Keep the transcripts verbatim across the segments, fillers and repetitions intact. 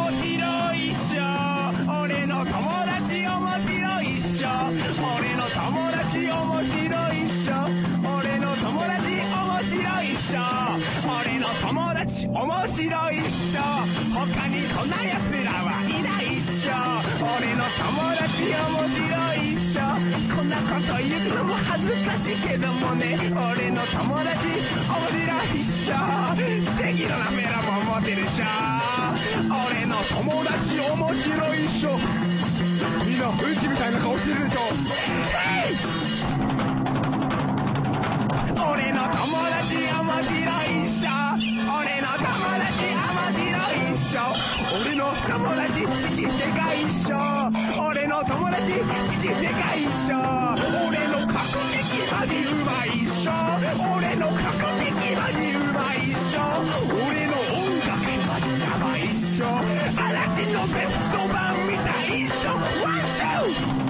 面白いっしょ。俺の友達面白いっしょ。俺の友達面白いっしょ。俺の友達面白いっしょ。俺の友達面白いっしょ。他にこんな奴らはいないっしょ。俺の友達面白いっしょ。こんなこと言うのも恥ずかしいけどもね、俺の友達面白いっしょ。適度なメラも持ってるっしょ。俺の友達面白いっしょ。みんなうんちみたいな顔してるでしょ。俺の友達面白いっしょ。俺の友達面白いっしょ。俺の友達父でかいっしょ。俺の友達父でかいっしょ。俺の革命マジうまいっしょ。俺の革命マジうまいっしょ。俺の音楽マジやばいっしょ。嵐のベスト版みたいっしょ。ワンツー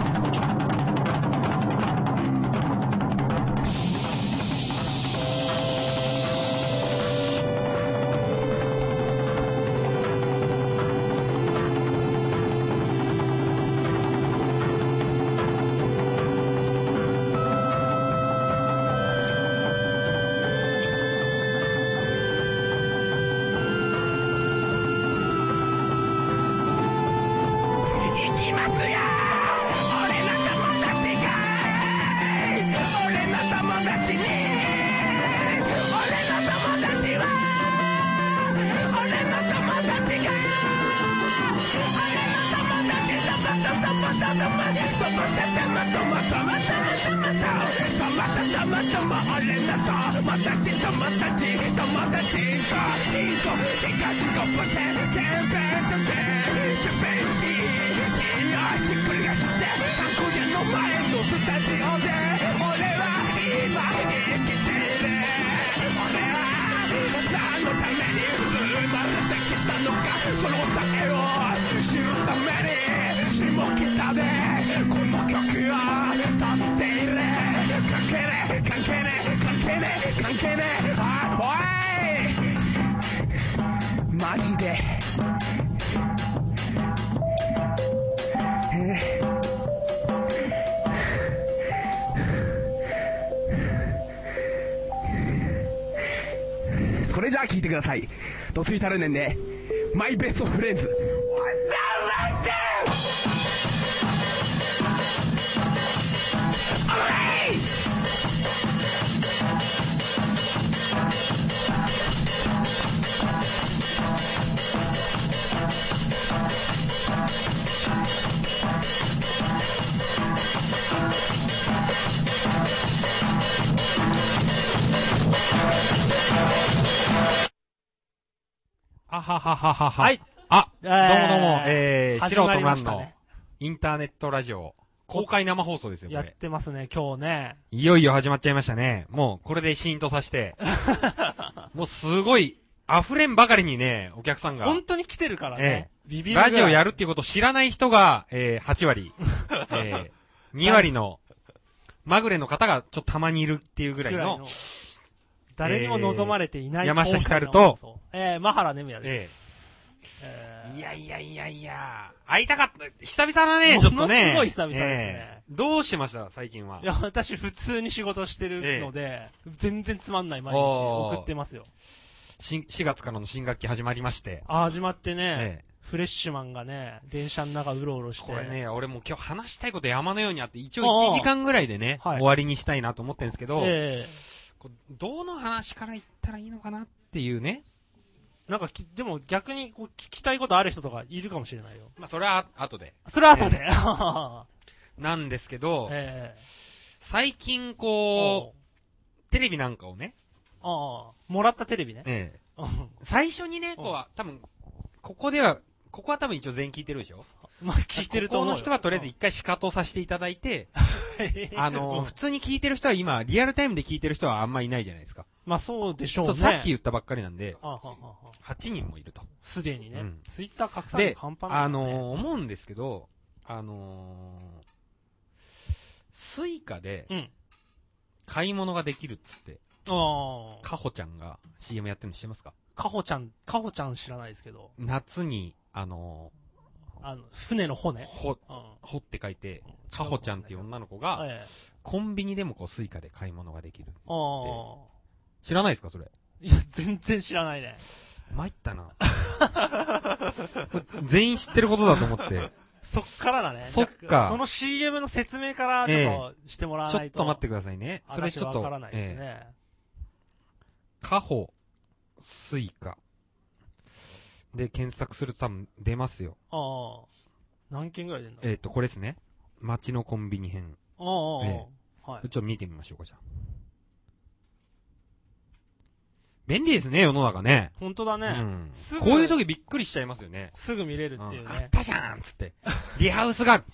マジでそれじゃあ聞いてください。ドツイタルネンでマイベストフレンズ。 あははははは。 はい。 あ、 えーどうもどうも、えー、素始まり人なんのましたねインターネットラジオ、公開生放送ですよ、こやっれ。 てますね、今日ね。 いよいよ始まっちゃいましたね。もう、これでシーンとさして。もうすごい、溢れんばかりにね、お客さんが。 本当に来てるからね。 えビビるぐらいラジオやるっていうことを知らない人が、えー、はち割。えー、に割の、まぐれの方がちょっとたまにいるっていうぐらいの、 誰にも望まれていない、 山下ひかると、 えー、マハラネムヤです。 えーえー、 いやいやいやいや、会いたかった。久々だね、ちょっとね。 ものすごい久々ですね。 えーどうしました最近は。 いや、私普通に仕事してるので、えー、全然つまんない毎日送ってますよ。 ししがつからの新学期始まりまして。 あ、始まってね、 えー、フレッシュマンがね、電車の中うろうろして。 これね、俺も今日話したいこと山のようにあって、一応いちじかんぐらいでね、 はい、 終わりにしたいなと思ってるんですけど、 えー、こどの話から言ったらいいのかなっていうね。 なんかき、でも逆にこう聞きたいことある人とかいるかもしれないよ。 まあ、それは後で。 それは後で。えーなんですけど、 えー、 最近こう、テレビなんかをね。 ああ、もらったテレビね。 ええ、最初にね、こう、多分、ここでは、ここは多分一応全員聞いてるでしょ？ まあ、聞いてると思う。 ここの人はとりあえず一回シカトさせていただいて、あの、普通に聞いてる人は今、リアルタイムで聞いてる人はあんまいないじゃないですか。 まあそうでしょうね。 そう、さっき言ったばっかりなんで、 あはははちにんもいると。 すでにね。 うん、 ツイッター拡散のカンパン、 ね、あのー、思うんですけど、あのー、スイカで、買い物ができるっつって、うん、カホちゃんが シーエム やってるの知ってますか？ カホちゃん、カホちゃん知らないですけど。 夏にあのあの、船の骨ほ、うん、ほって書いて、かほちゃんっていう女の子が、ええ、コンビニでもこうスイカで買い物ができるって。知らないですか、それ。 いや、全然知らないね。 参ったな。全員知ってることだと思って。 そっからだね。 そっか。 その シーエム の説明からちょっとしてもらわないと。 ええ、ちょっと待ってくださいね。それちょっと。わからないですね。ええ、かほ、スイカ。で、検索すると多分出ますよ。 ああ。何件ぐらい出るんだえっ、ー、と、これですね。街のコンビニ編。 ああ、 えー、はい。ちょっと見てみましょうか、じゃあ。便利ですね、世の中ね。 ほんとだね。うん。こういう時びっくりしちゃいますよね。 すぐ見れるっていうね。うん、 あったじゃんつって。リハウスがある。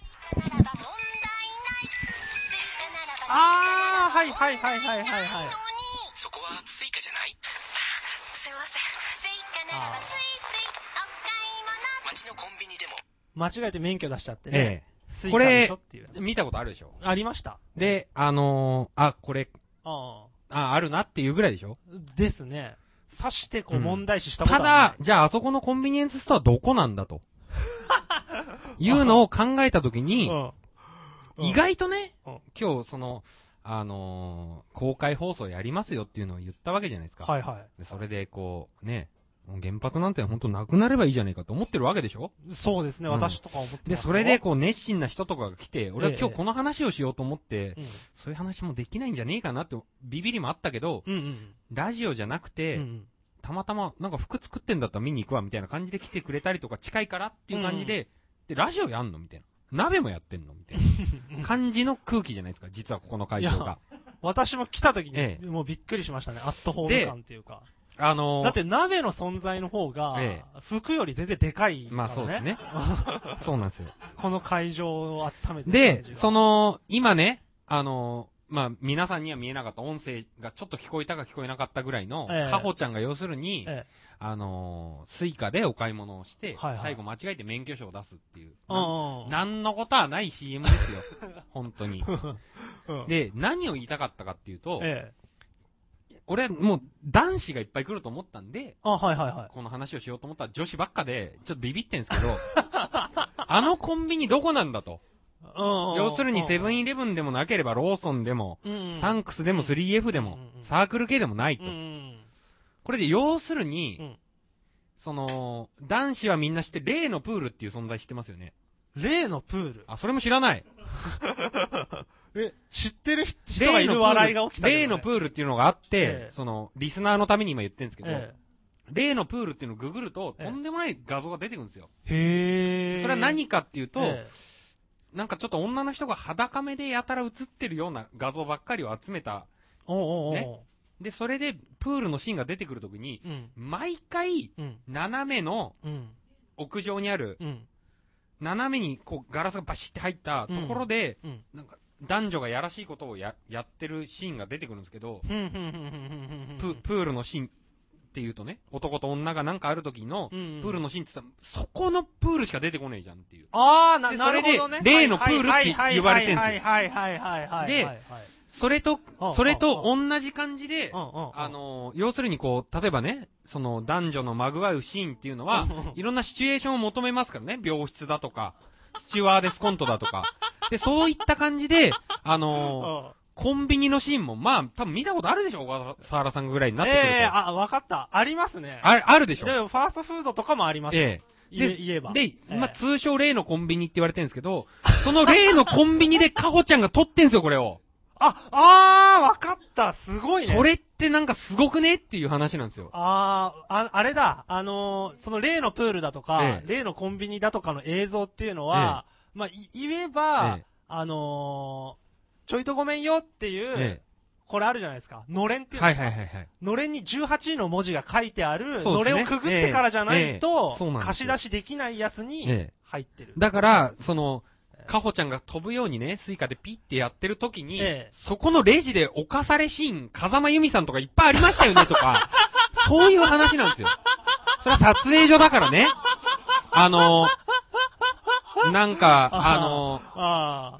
あー、はいはいはいはいはいはい。 そこはスイカじゃない？すいません。スイカならばスイスイお買い物。街のコンビニでも。 間違えて免許出しちゃってね。ええ。スイカでしょっていう。これ、見たことあるでしょ？ ありました。 で、あのー、あ、これ、 ああ、あるなっていうぐらいでしょ？ ですね。刺してこう問題視したことはない、 うん、ただ、じゃああそこのコンビニエンスストアどこなんだと。いうのを考えたときに、うんうん、意外とね、うん、今日その、あのー、公開放送やりますよっていうのを言ったわけじゃないですか。 はいはい。 でそれでこう、ね、原発なんて本当なくなればいいじゃないかと思ってるわけでしょ？ そうですね、うん、私とか思ってます。 で、それでこう熱心な人とかが来て、俺は今日この話をしようと思って、ええ、そういう話もできないんじゃねえかなってビビりもあったけど、うんうん、ラジオじゃなくて、うんうん、たまたまなんか服作ってんだったら見に行くわみたいな感じで来てくれたりとか近いからっていう感じで、うん、で、ラジオやんのみたいな。鍋もやってんのみたいな感じの空気じゃないですか、実はここの会場が。 私も来た時に、ええ、もうびっくりしましたね、アットホーム感っていうか。あのー、だって鍋の存在の方が、ええ、服より全然でかいからね。 まあそうですね。そうなんですよ。 この会場を温めてで、その、今ね、あのー、まあ皆さんには見えなかった音声がちょっと聞こえたか聞こえなかったぐらいの、ええ、かほちゃんが要するに、ええ、あのー、スイカでお買い物をして、はいはい、最後間違えて免許証を出すっていう。ななんのことはない シーエム ですよ。本当に。うん、で、何を言いたかったかっていうと、ええ、俺、もう、男子がいっぱい来ると思ったんで、 あ、はいはいはい。 この話をしようと思ったら女子ばっかで、ちょっとビビってんすけど、あのコンビニどこなんだと。要するにセブンイレブンでもなければローソンでも、サンクスでも スリーエフ でも、サークル系でもないと。これで要するに、その、男子はみんな知って、例のプールっていう存在知ってますよね。 例のプール？ あ、それも知らない。 え、知ってる人がいる笑いが起きた、ね、 例のプールっていうのがあって、ええ、その、リスナーのために今言ってるんですけど、ええ、例のプールっていうのをググると、とんでもない画像が出てくるんですよ。 へー。 それは何かっていうと、ええ、なんかちょっと女の人が裸目でやたら映ってるような画像ばっかりを集めた。 おうおうおう、 ね。で、それでプールのシーンが出てくるときに、うん、毎回、うん、斜めの屋上にある、うん、斜めにこうガラスがバシッて入ったところで、うんうん、なんか男女がやらしいことを や, やってるシーンが出てくるんですけど、プールのシーンっていうとね、男と女がなんかある時のプールのシーンって言ったら、そこのプールしか出てこないじゃんっていう。 ああ、なるほどね。 それで、例のプールって言われてるんですよ。 はいはいはいはい。 で、それと、それと同じ感じで、あの、要するにこう、例えばね、その男女のまぐわうシーンっていうのは、いろんなシチュエーションを求めますからね、病室だとか、スチュワーデスコントだとか。で、そういった感じで、あのー、コンビニのシーンも、まあ、多分見たことあるでしょ、小笠原さんぐらいになってくると。 ええー、あ、わかった。ありますね。 あ、あるでしょ。 でも、ファーストフードとかもあります。ええー。言えば。 で、えー、まあ、通称例のコンビニって言われてるんですけど、その例のコンビニでカホちゃんが撮ってんすよ、これを。 あ、あー、わかった。すごいね。 それってなんかすごくねっていう話なんですよ。 あー、あ、あれだ。あのー、その例のプールだとか、ええ、例のコンビニだとかの映像っていうのは、ええ、まあ、言えば、ええ、あのー、ちょいとごめんよっていう、ええ、これあるじゃないですか。のれんっていうの、 はいはいはいはい。 のれんにじゅうはちの文字が書いてある、ね、のれんをくぐってからじゃないと、えええ、貸し出しできないやつに入ってる。 だから、その、かほちゃんが飛ぶようにね、スイカでピッてやってる時に、ええ、そこのレジで犯されシーン、風間由美さんとかいっぱいありましたよねとか、そういう話なんですよ。それは撮影所だからね。あの、なんか、あの、 あ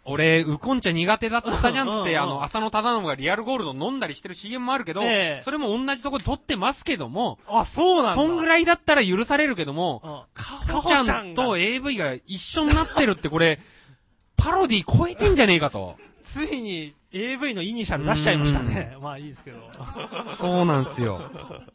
俺、ウコン茶苦手だったじゃんつって、あの、浅野忠信がリアルゴールド飲んだりしてる シーエム もあるけど、えー、それも同じとこで撮ってますけども、 あ、そうなんだ。 そんぐらいだったら許されるけども、カホちゃんと エーブイ が一緒になってるってこれ、パロディ超えてんじゃねえかと。 ついに エーブイ のイニシャル出しちゃいましたね。まあいいですけど。 そうなんすよ。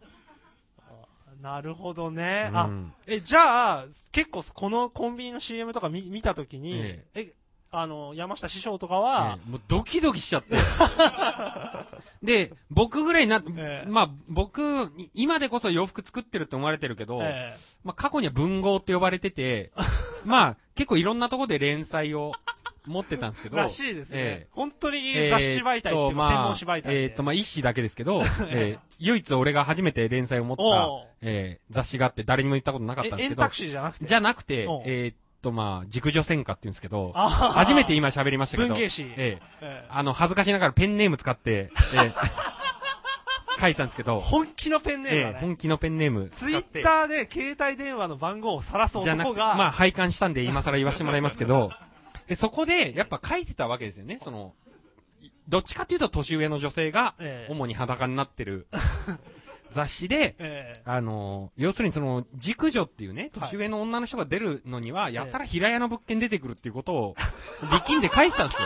なるほどね。あ、え、じゃあ、結構このコンビニの シーエム とか見見たときに、ええ、えあの、山下師匠とかは、 ええ、もうドキドキしちゃって。で、僕ぐらいな、ええ、まあ僕、今でこそ洋服作ってるって思われてるけど、ええ、まあ過去には文豪って呼ばれてて、まあ結構いろんなとこで連載を持ってたんですけど。 らしいですね。ええ、本当に雑誌媒体っていうか、専門誌媒体で。 えっと、まあ一誌だけですけど、ええ、唯一俺が初めて連載を持った、えー、雑誌があって誰にも言ったことなかったんですけど。 エンタクシーじゃなくてじゃなくて、えーと、まあ、熟女戦火って言うんですけど、初めて今喋りましたけど、 文芸誌。 ええ、あの、恥ずかしながらペンネーム使って、ええ、書いてたんですけど、 本気のペンネームだね。 ええ、本気のペンネーム使って。ツイッターで携帯電話の番号を晒す男が、 まあ、拝観したんで今更言わせてもらいますけど、でそこで、やっぱ書いてたわけですよね、その、どっちかっていうと年上の女性が、主に裸になってる。雑誌で、えー、あの、要するにその、熟女っていうね、年上の女の人が出るのには、はい、やたら平屋の物件出てくるっていうことを、力んで書いてたんですよ。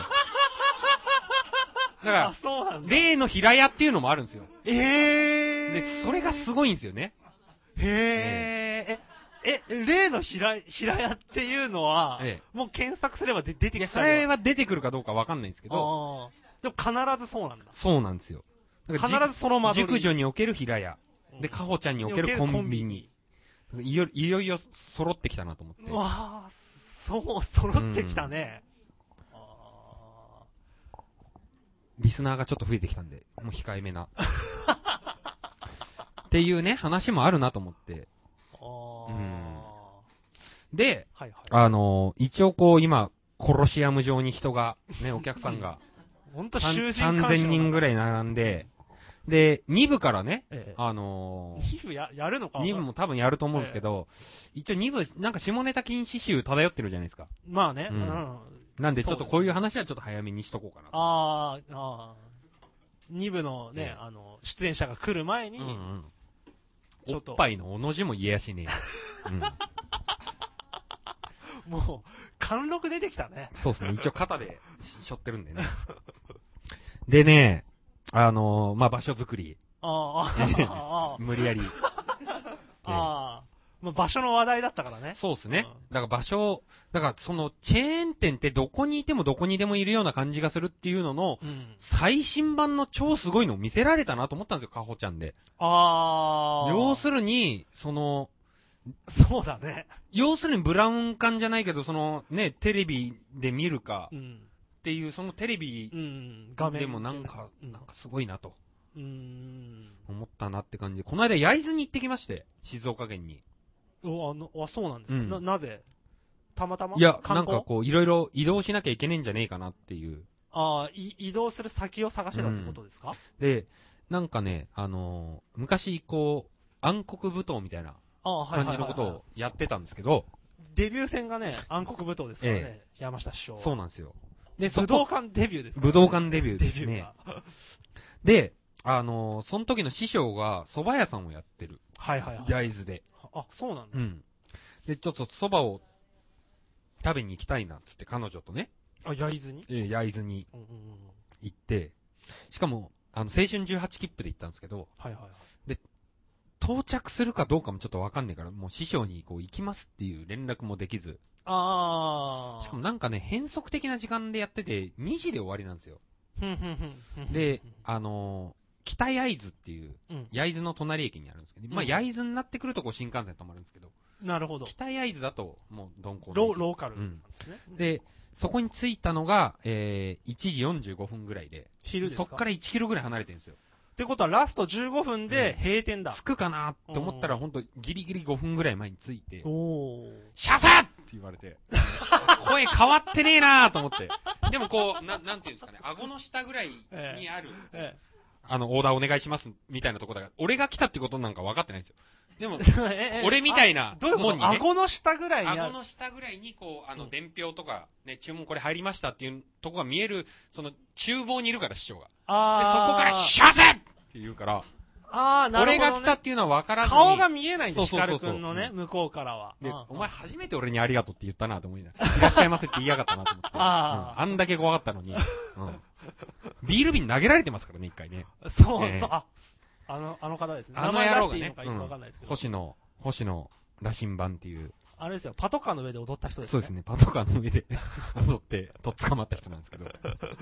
だから、例の平屋っていうのもあるんですよ。 えー。 で、それがすごいんですよね。 へー。え、え、例の平、平屋っていうのは、ええ、もう検索すればで出てくる。いや、 それは出てくるかどうかわかんないんですけど。 でも必ずそうなんだ。 そうなんですよ。 必ずその間取り。 熟女における平屋。で、かほちゃんにおけるコンビニ。いよいよいよ揃ってきたなと思って。 うわぁ、そう、揃ってきたね。うん、あリスナーがちょっと増えてきたんで、もう控えめな。っていうね、話もあるなと思って。あうん、で、はいはい、あのー、一応こう今、コロシアム上に人が、ね、お客さんが、 ほんと囚人さんぜんにんぐらい並んで、で、に部からね、ええ、あのー、 に部や、やるのかに部も多分やると思うんですけど、ええ、一応に部、なんか下ネタ禁止集漂ってるじゃないですか。 まあね、うん。うん、 なんでちょっとこういう話はちょっと早めにしとこうかな。 ああ、ああ。に部のね、ええ、あの、出演者が来る前に、うんうん、 ちょっと。おっぱいのおの字も言えやしねえ。 うん、もう、貫禄出てきたね。 そうですね、一応肩でしょってるんでね。でね、あのー、まあ、場所作り。ああ、無理やり。 ああ、まあ、場所の話題だったからね。 そうですね。うん、だから場所、だからそのチェーン店ってどこにいてもどこにでもいるような感じがするっていうのの、うん、最新版の超すごいのを見せられたなと思ったんですよ、かほちゃんで。ああ。要するに、その、 そうだね。 要するにブラウン管じゃないけど、そのね、テレビで見るか、うんっていう、そのテレビでもなんか、うん、なんかすごいなと。うん。思ったなって感じで。この間、焼津に行ってきまして、静岡県に。 お、あの、あ、そうなんですか、うん、な、なぜたまたまいや、なんかこう、いろいろ移動しなきゃいけねえんじゃねえかなっていう。 ああ、移動する先を探してたってことですか、うん、 で、なんかね、あのー、昔、こう、暗黒舞踏みたいな感じのことをやってたんですけど、 デビュー戦がね、暗黒舞踏ですからね、ええ、山下師匠。 そうなんですよ。 で、武道館デビューですか、 ね、武道館デビューですね。で、あのー、その時の師匠が蕎麦屋さんをやってる。 はいはいはい。 焼津で。 あ、そうなんだ。 うん。で、ちょっと蕎麦を食べに行きたいなっつって彼女とね。 あ、焼津にええ、焼津に行って、しかも、あの、青春じゅうはち切符で行ったんですけど、はいはいはい。で、到着するかどうかもちょっとわかんないから、もう師匠にこう行きますっていう連絡もできず、 ああ。 しかもなんかね、変則的な時間でやってて、にじで終わりなんですよ。で、あのー、北焼津っていう、焼津の隣駅にあるんですけど、うん、まあ焼津になってくるとこう新幹線止まるんですけど、 なるほど。 北焼津だと、もう鈍行ロローカルなんですね、 うん。で、そこに着いたのが、えー、いちじよんじゅうごふんぐらいで、 昼ですか？ そっからいちキロぐらい離れてるんですよ。 ってことはラストじゅうごふんで閉店だ。 着くかなと思ったら、ほんとギリギリごふんぐらい前に着いて、 おシャサッって言われて、声変わってねえなと思って。でもこう、ななんていうんですかね、顎の下ぐらいにある、ええええ、あの、オーダーお願いしますみたいなとこだから、俺が来たってことなんか分かってないんですよ。 でも、俺みたいなもんにね。 顎の下ぐらいにある。 顎の下ぐらいに、こう、あの、伝票とか、ね、注文これ入りましたっていうとこが見える、その、厨房にいるから、師匠が。 あで、そこから、シャセって言うから、 ああ、なるほど、ね。 俺が来たっていうのは分からずに。 顔が見えないんです、 ヒカルくんのね、向こうからは。 で、お前初めて俺にありがとうって言ったなと思いながら、いらっしゃいませって言いやがったなと思って。ああ、うん。あんだけ怖かったのに。うん。ビール瓶投げられてますからね、一回ね。 そう、えー、そう、あ、あの、あの方ですね。 あの野郎がね、 名前出していいのかよくわかんないですけど。 星野、星野羅針盤っていう。 あれですよ、パトカーの上で踊った人ですね。 そうですね、パトカーの上で踊って、とっ捕まった人なんですけど。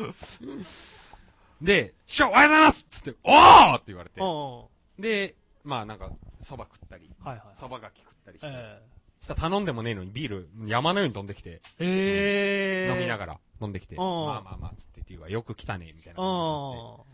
で、師匠おはようございますつって、おーって言われて。おーで、まあなんか、蕎麦食ったり、はいはい、蕎麦柿食ったりして、えー、したら頼んでもねえのにビール山のように飛んできて、えー、飲みながら飲んできて、まあまあまあつってっていうか、よく来たねみたいな感じになって。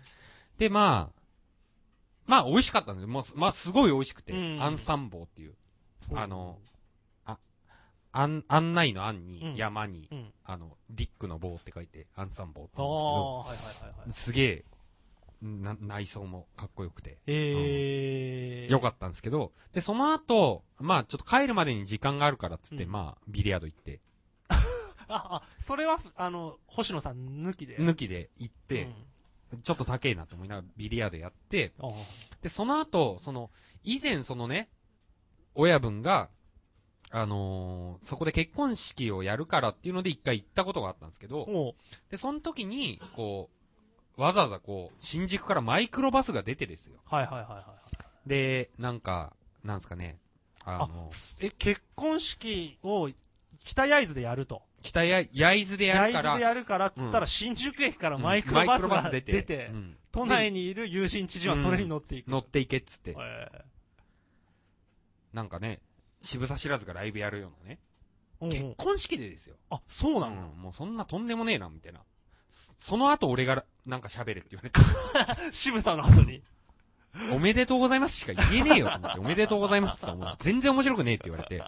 で、まあ、まあ美味しかったんで、もう、まあすごい美味しくて、うん、アンサンボウっていう、あの、あ、案、案内の案に、うん、山に、うん、あの、ディックの棒って書いて、アンサンボウって言うんですけど、はいはいはいはい、すげえ、な、内装もかっこよくて。えーうん。よかったんですけど、で、その後、まあちょっと帰るまでに時間があるからっつって、うん、まあビリヤード行って。 あ、あ、それは、あの、星野さん抜きで抜きで行って、うん、ちょっと高えなと思いながらビリヤードやって、で、その後、その、以前そのね、親分が、あのー、そこで結婚式をやるからっていうので一回行ったことがあったんですけど、で、その時に、こう、わざわざこう、新宿からマイクロバスが出てですよ。 はいはいはいはい。 で、なんか、なんすかね、あの、 あえ、結婚式を北焼津でやると。 北焼津でやるから。 焼津でやるからっつったら、新宿駅からマイクロバスが出て、うん、出てうん、都内にいる有心知事はそれに乗っていく。 うん、乗っていけっつって。えー、なんかね、渋沢知らずがライブやるようなね。うんうん、結婚式でですよ。 あ、そうなの、 うん、もうそんなとんでもねえな、みたいな。その後俺がなんか喋れって言われて。 渋さの後に。 おめでとうございますしか言えねえよと思って、おめでとうございますって言ったらもう全然面白くねえって言われて。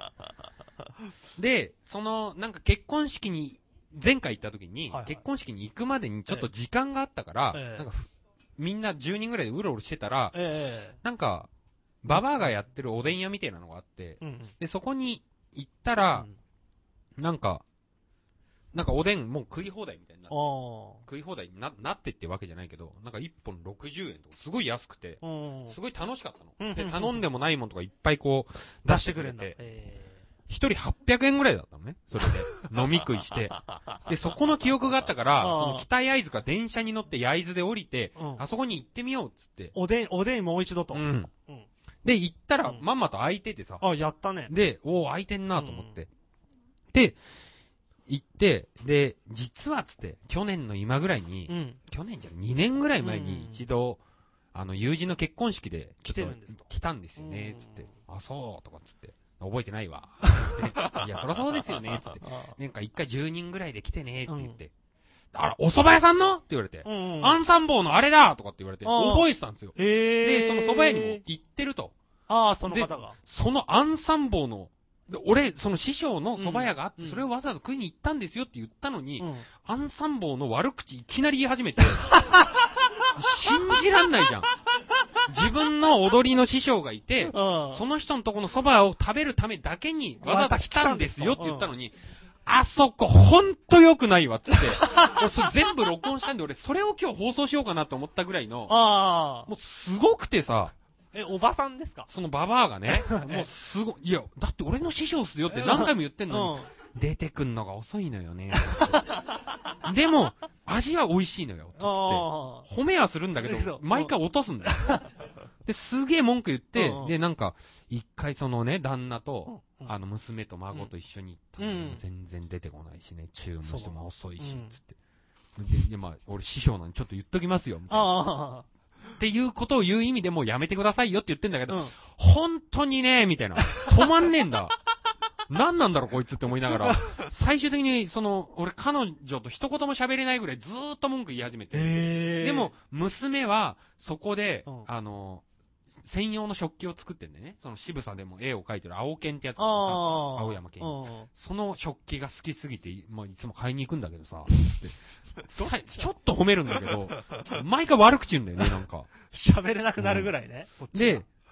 で、その、なんか結婚式に、前回行った時に、はいはい、結婚式に行くまでにちょっと時間があったから、ええ、なんかみんなじゅうにんぐらいでうろうろしてたら、え、なんか、ババアがやってるおでん屋みたいなのがあって、うんうん、で、そこに行ったら、うん、なんか、なんかおでんもう食い放題みたいになって、食い放題に な, なってってわけじゃないけど、なんかいっぽんろくじゅうえんとかすごい安くて、すごい楽しかったの。で、頼んでもないもんとかいっぱいこう出してくれて、一人はっぴゃくえんぐらいだったのね、それで。飲み食いして。で、そこの記憶があったから、その北焼津か電車に乗って焼津で降りて、あそこに行ってみようっつって。 おでん、おでんもう一度と。うん。 で、行ったらまんまと空いててさ。 あ、やったね。 で、おー空いてんなと思って。で、行って、で、実はつって、去年の今ぐらいに、うん、去年じゃにねんぐらい前に一度、うん、あの、友人の結婚式で、 来てるんです来たんですよね、つって。あ、そうとかつって。覚えてないわ。いや、そりゃそうですよね、つって。なんか一回じゅうにんぐらいで来てね、って言って。うん、あら、お蕎麦屋さんのって言われて。うんうん、アンサンボウのあれだとかって言われて。覚えてたんですよ。で、その蕎麦屋にも行ってると。 ああ、その方が。 そのアンサンボウの、で俺、その師匠の蕎麦屋があって、うん、それをわざわざ食いに行ったんですよって言ったのに、うん、アンサンボウの悪口いきなり言い始めて、信じらんないじゃん。自分の踊りの師匠がいて、うん、その人のとこの蕎麦を食べるためだけにわざわざ来たんですよって言ったのに、うん、あそこほんと良くないわっつって、俺それ全部録音したんで俺それを今日放送しようかなと思ったぐらいの、もうすごくてさ、 え、おばさんですか？ そのババアがね、もうすごい、いや、だって俺の師匠っすよって何回も言ってんのに、うん、出てくんのが遅いのよね。でも、味は美味しいのよ。つって。褒めはするんだけど、毎回落とすんだよ。で、すげえ文句言って、で、なんか、一回そのね、旦那と、あの、娘と孫と一緒に行ったの、うん、全然出てこないしね、注文しても遅いし、つって。で、で、まあ、俺師匠なんでちょっと言っときますよ、みたいな。っていうことを言う意味でもうやめてくださいよって言ってんだけど、うん、本当にね、みたいな。止まんねえんだ。何なんだろこいつって思いながら、最終的にその、俺彼女と一言も喋れないぐらいずーっと文句言い始めて。でも、娘はそこで、うん、あの、専用の食器を作ってんでね、その渋さでも絵を描いてる青犬ってやつがさ、青山犬。その食器が好きすぎて、まあ、いつも買いに行くんだけどさ、つってちょっと褒めるんだけど、毎回悪口言うんだよね、なんか。 喋れなくなるぐらいね。 うん、で、まあ、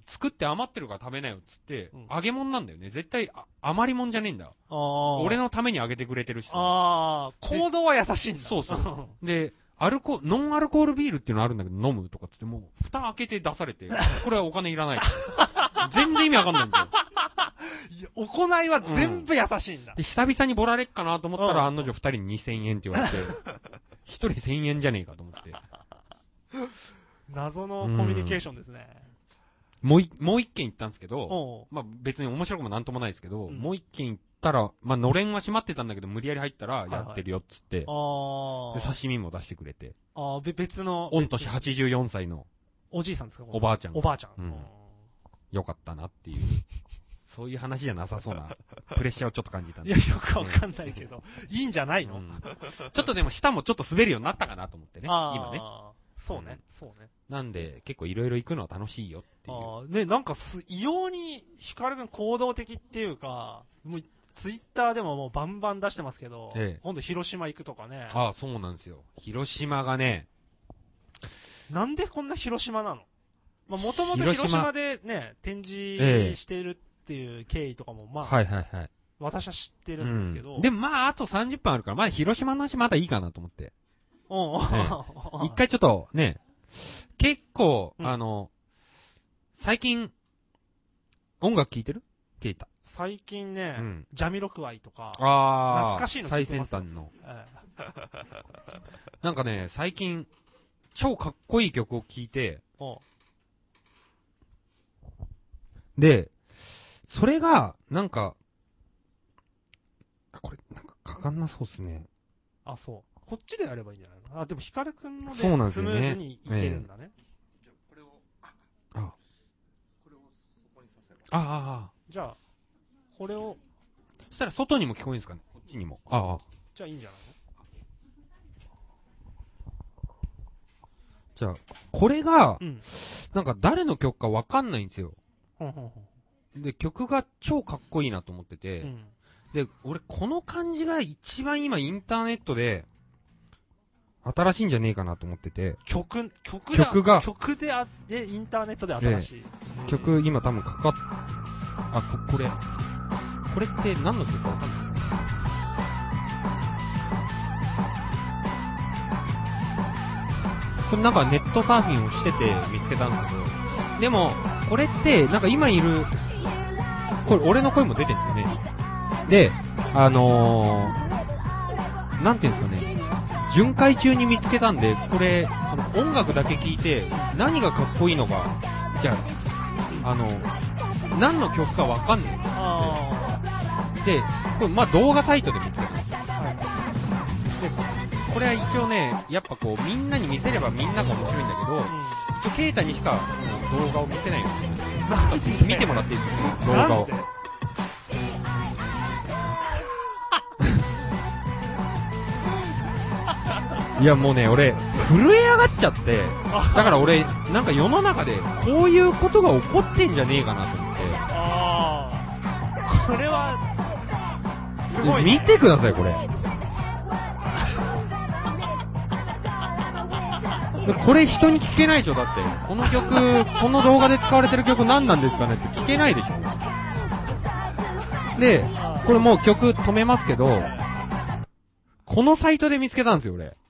作って余ってるから食べなよっつって、うん、揚げ物なんだよね。絶対余り物じゃねえんだ。あ俺のために揚げてくれてるしさ。ああ、行動は優しいんだ。 そうそう。で、アルコ、ノンアルコールビールっていうのあるんだけど飲むとかっつってもう、蓋開けて出されて、これはお金いらない。全然意味わかんないんだよ。 いや、行いは全部優しいんだ。 うん、で久々にボラれっかなと思ったら、案の定二人ににせんえんって言われて、一人せんえんじゃねえかと思って。 謎のコミュニケーションですね。 うん、もうい、もう一軒行ったんですけど、まあ別に面白くもなんともないですけど、うん、もう一軒行ったら、まあのれんは閉まってたんだけど、無理やり入ったらやってるよっつって、はいはい、で刺身も出してくれて。 ああ、別の。 御年はちじゅうよんさいの。 おじいさんですか？ おばあちゃん。 おばあちゃん。 うん。よかったなっていう。そういう話じゃなさそうな、プレッシャーをちょっと感じたんで。 いや、よくわかんないけど、いいんじゃないの、うん、 ちょっとでも舌もちょっと滑るようになったかなと思ってね、今ね。 そうね、うん、そうね。 なんで、結構いろいろ行くのは楽しいよっていう。あね、なんかす、異様に、ヒカル君行動的っていうか、もう、ツイッターでももうバンバン出してますけど、ええ、今度広島行くとかね。 ああ、そうなんですよ。広島がね、 なんでこんな広島なの？まあ、もともと広島でね、展示しているっていう経緯とかも、まあ、 はいはいはい。 私は知ってるんですけど。 うん、でもまあ、あとさんじゅっぷんあるから、まあ、広島の話まだいいかなと思って。うん。ね、一回ちょっとね、結構、うん、あの、最近、音楽聴いてる？ケイタ。 最近ね、うん、ジャミロクワイとか、 あ懐かしいの最先端の。ええ、なんかね、最近、超かっこいい曲を聴いて、で、それが、なんか、これ、なんかかかんなそうっすね。 あ、そう。こっちでやればいいんじゃないの？あ、でもヒカルくんので、 そうなんですよね、スムーズにいけるんだね。 じゃこれを、あ、あ、これをそこにさせる。ああ、ああ。 じゃあ、これを。 そしたら外にも聞こえるんですかね？こっちにも。ああ。 じゃあいいんじゃないの？ じゃあ、これが、うん、なんか誰の曲かわかんないんですよ。で、曲が超かっこいいなと思ってて、うん、で、俺この感じが一番今インターネットで、新しいんじゃねえかなと思ってて。 曲、曲曲が、 曲であって、インターネットで新しい。 えー、曲、今多分かかっ、あ、こ、これ。これって何の曲かわかんないですか？これなんかネットサーフィンをしてて見つけたんですけど、でも、これって、なんか今いる、これ俺の声も出てるんですよね。で、あのー、なんていうんですかね、巡回中に見つけたんで、これ、その音楽だけ聞いて、何がかっこいいのか、じゃあ、あの、何の曲かわかんないんですよ。で、これ、まあ、動画サイトで見つけたんですよ。で、これは一応ね、やっぱこう、みんなに見せればみんなが面白いんだけど、一応、ケイタにしか動画を見せないようにしてるんで、見てもらっていいですか、動画を。いやもうね、俺、震え上がっちゃって、だから俺、なんか世の中でこういうことが起こってんじゃねえかなと思って。ああ。これは、すごい、ね。 見てください、これ。これ人に聞けないでしょ、だって。この曲、この動画で使われてる曲何なんですかねって聞けないでしょ。で、これもう曲止めますけど、このサイトで見つけたんですよ、俺。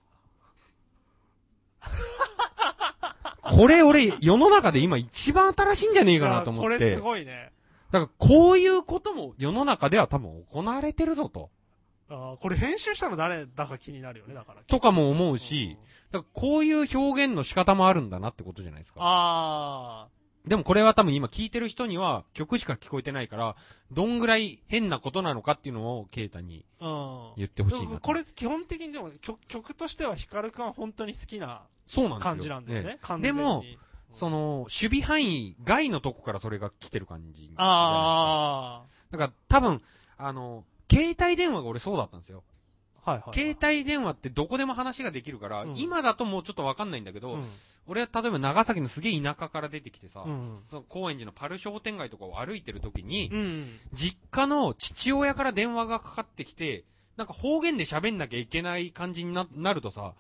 これ俺、世の中で今一番新しいんじゃねえかなと思って。 これすごいね。 だからこういうことも世の中では多分行われてるぞと。 ああ、これ編集したの誰だか気になるよね、だから。 とかも思うし、だからこういう表現の仕方もあるんだなってことじゃないですか。 ああ。 でもこれは多分今聞いてる人には曲しか聞こえてないから、どんぐらい変なことなのかっていうのをケイタに言ってほしいな。 これ基本的にでも 曲, 曲としてはヒカルくんは本当に好きな感じなんだよね。 でも、その、守備範囲外のとこからそれが来てる感じじゃないですか。 ああ。 だから多分、あの、携帯電話が俺そうだったんですよ。 はいはい、はい。 携帯電話ってどこでも話ができるから、うん、今だともうちょっとわかんないんだけど、うん、俺は例えば長崎のすげえ田舎から出てきてさ、うん、その高円寺のパル商店街とかを歩いてる時に、うん、実家の父親から電話がかかってきて、なんか方言で喋んなきゃいけない感じに な, なるとさ、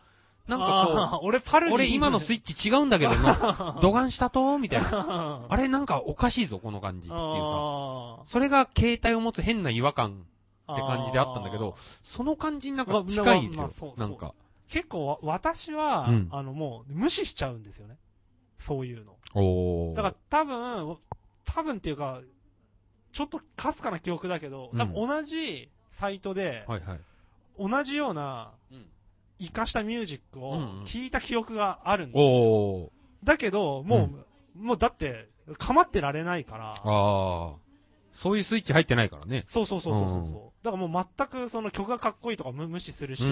なんかこう、 俺パルに俺今のスイッチ違うんだけどな、ドガンしたとみたいな。あれなんかおかしいぞ、この感じっていうさ。それが携帯を持つ変な違和感って感じであったんだけど、その感じになんか近いんですよ。まあ、なんか。 結構私は、うん、あのもう無視しちゃうんですよね。そういうの。 おだから多分、多分っていうか、ちょっとかすかな記憶だけど、多分同じサイトで、 はいはい、 同じような、活かしたミュージックを聞いた記憶があるんですよ。うんうん、だけど、もう、うん、もうだって、構ってられないから。 ああ。そういうスイッチ入ってないからね。 そうそうそうそうそう。うん、だからもう全くその曲がかっこいいとか無視するし、うん、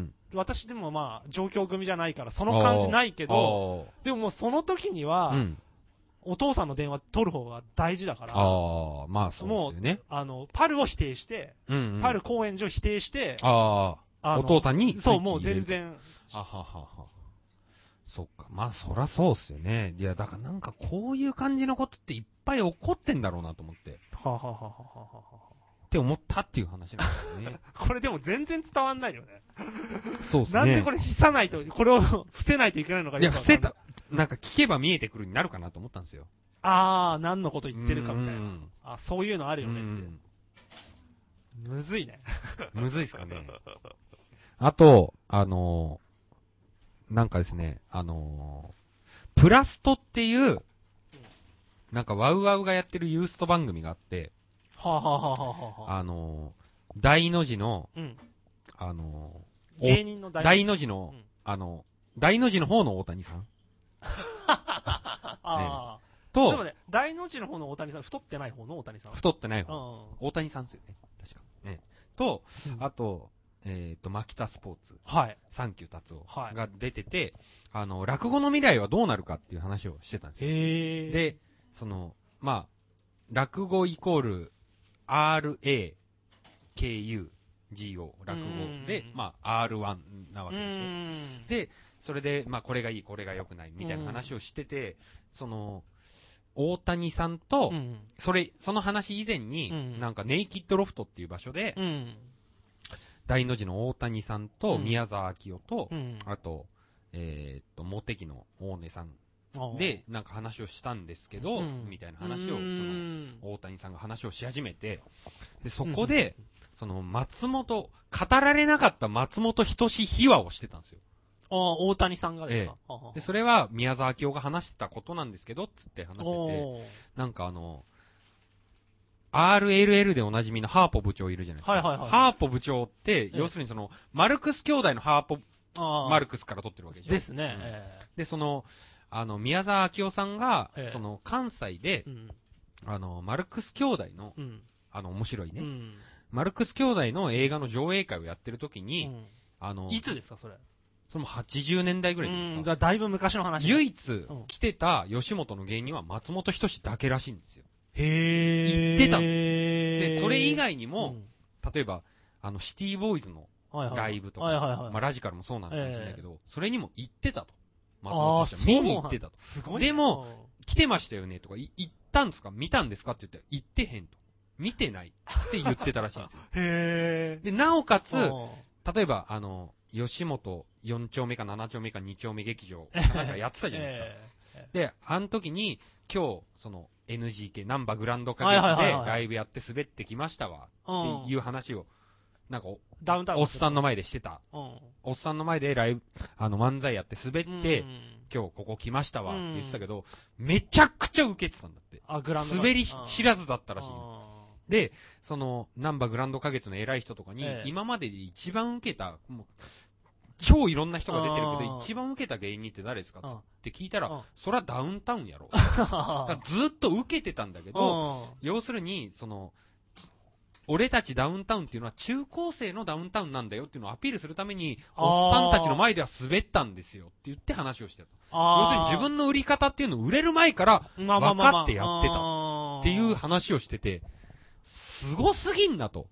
私でもまあ状況組じゃないからその感じないけど、でももうその時には、うん、お父さんの電話取る方が大事だから、 ああ、まあそうですよね。 もう、あの、パルを否定して、うんうん、パル高円寺を否定して、 ああ、お父さんにスイッチそう、もう全然。 あははは。そっか。まあそらそうっすよね。いや、だからなんかこういう感じのことっていっぱい起こってんだろうなと思って。 はははははは。 って思ったっていう話なんですよね。 これでも全然伝わんないよね。 そうっすね。 なんでこれ消さないと、これを伏せないといけないのか。 いや、伏せた、なんか聞けば見えてくるになるかなと思ったんですよ。 あー、何のこと言ってるかみたいな。あ、そういうのあるよねって。むずいね。 むずいっすかね。あと、あのー、なんかですね、あのー、プラストっていう、なんかワウワウがやってるユースト番組があって、 はあ、はあはははあのー、大の字の、 うん、 あのー、芸人の大の字の、うん、あの、大の字の方の大谷さん。 ああ。ね、と、ちょっと待って、大の字の方の大谷さん、太ってない方の大谷さん。 太ってない方。大谷さんですよね。確か。ね。と、うん、あと、えっ、ー、と、マキタスポーツ。 はい。 サンキュー達夫が出てて、はい、あの、落語の未来はどうなるかっていう話をしてたんですよ。 へー。 で、その、まあ、落語イコール アールエーケーユージーオー 落語で、まあ アールワン なわけですよ。で、それで、まあこれがいい、これが良くないみたいな話をしてて、その、大谷さんと、それ、その話以前に、なんかネイキッドロフトっていう場所で、大の字の大谷さんと宮沢明夫と、あと、えっと、モテキの大根さんで、なんか話をしたんですけど、うん、みたいな話を、その、大谷さんが話をし始めて、で、そこで、うん、その、松本、語られなかった松本人志秘話をしてたんですよ。 ああ、大谷さんがですか、 ええ、で、それは宮沢明夫が話してたことなんですけど、つって話してて、なんかあの、アールエルエル でおなじみのハーポ部長いるじゃないですか。 はいはいはい。 ハーポ部長って、要するにその、マルクス兄弟のハーポ、マルクスから取ってるわけでしょ。 ですね。 うんえー、で、その、あの、宮沢明夫さんが、ええ、その、関西で、うん、あの、マルクス兄弟の、うん、あの、面白いね、うん、マルクス兄弟の映画の上映会をやってる時に、うん、あの、 いつですか、それ。 そのはちじゅうねんだいぐらいですか。 うん、だ、だいぶ昔の話。 唯一、来てた吉本の芸人は松本人志だけらしいんですよ。 へー。行ってたの。で、それ以外にも、うん、例えば、あの、シティボーイズのライブとか、はいはいはいはい、まあ、ラジカルもそうなんかもしれないけど、えー、それにも行ってたと。松本人志は見に行ってたと。 すごい、ね。 でも、来てましたよねとか、行ったんですか見たんですかって言って、行ってへんと。見てないって言ってたらしいんですよ。 へー。 で、なおかつ、例えば、あの、吉本よん丁目かなな丁目かに丁目劇場、なんかやってたじゃないですか。えー、で、あの時に、今日、その、エヌジーケー、ナンバグランド花月でライブやって滑ってきましたわ、っていう話を、なんかお、 ダウンタウンおっさんの前でしてた。 うん、 おっさんの前でライブ、あの漫才やって滑って、うん、今日ここ来ましたわ、って言ってたけど、うん、めちゃくちゃ受けてたんだって。 あ、グランド滑り知らずだったらしい。で、その、ナンバグランド花月の偉い人とかに、ええ、今までで一番受けた、もう超いろんな人が出てるけど、一番受けた芸人って誰ですかって聞いたら、そらダウンタウンやろ。ずっと受けてたんだけど、要するに、その、俺たちダウンタウンっていうのは中高生のダウンタウンなんだよっていうのをアピールするために、おっさんたちの前では滑ったんですよって言って話をしてた。要するに自分の売り方っていうのを売れる前から分かってやってたっていう話をしてて、すごすぎんなと。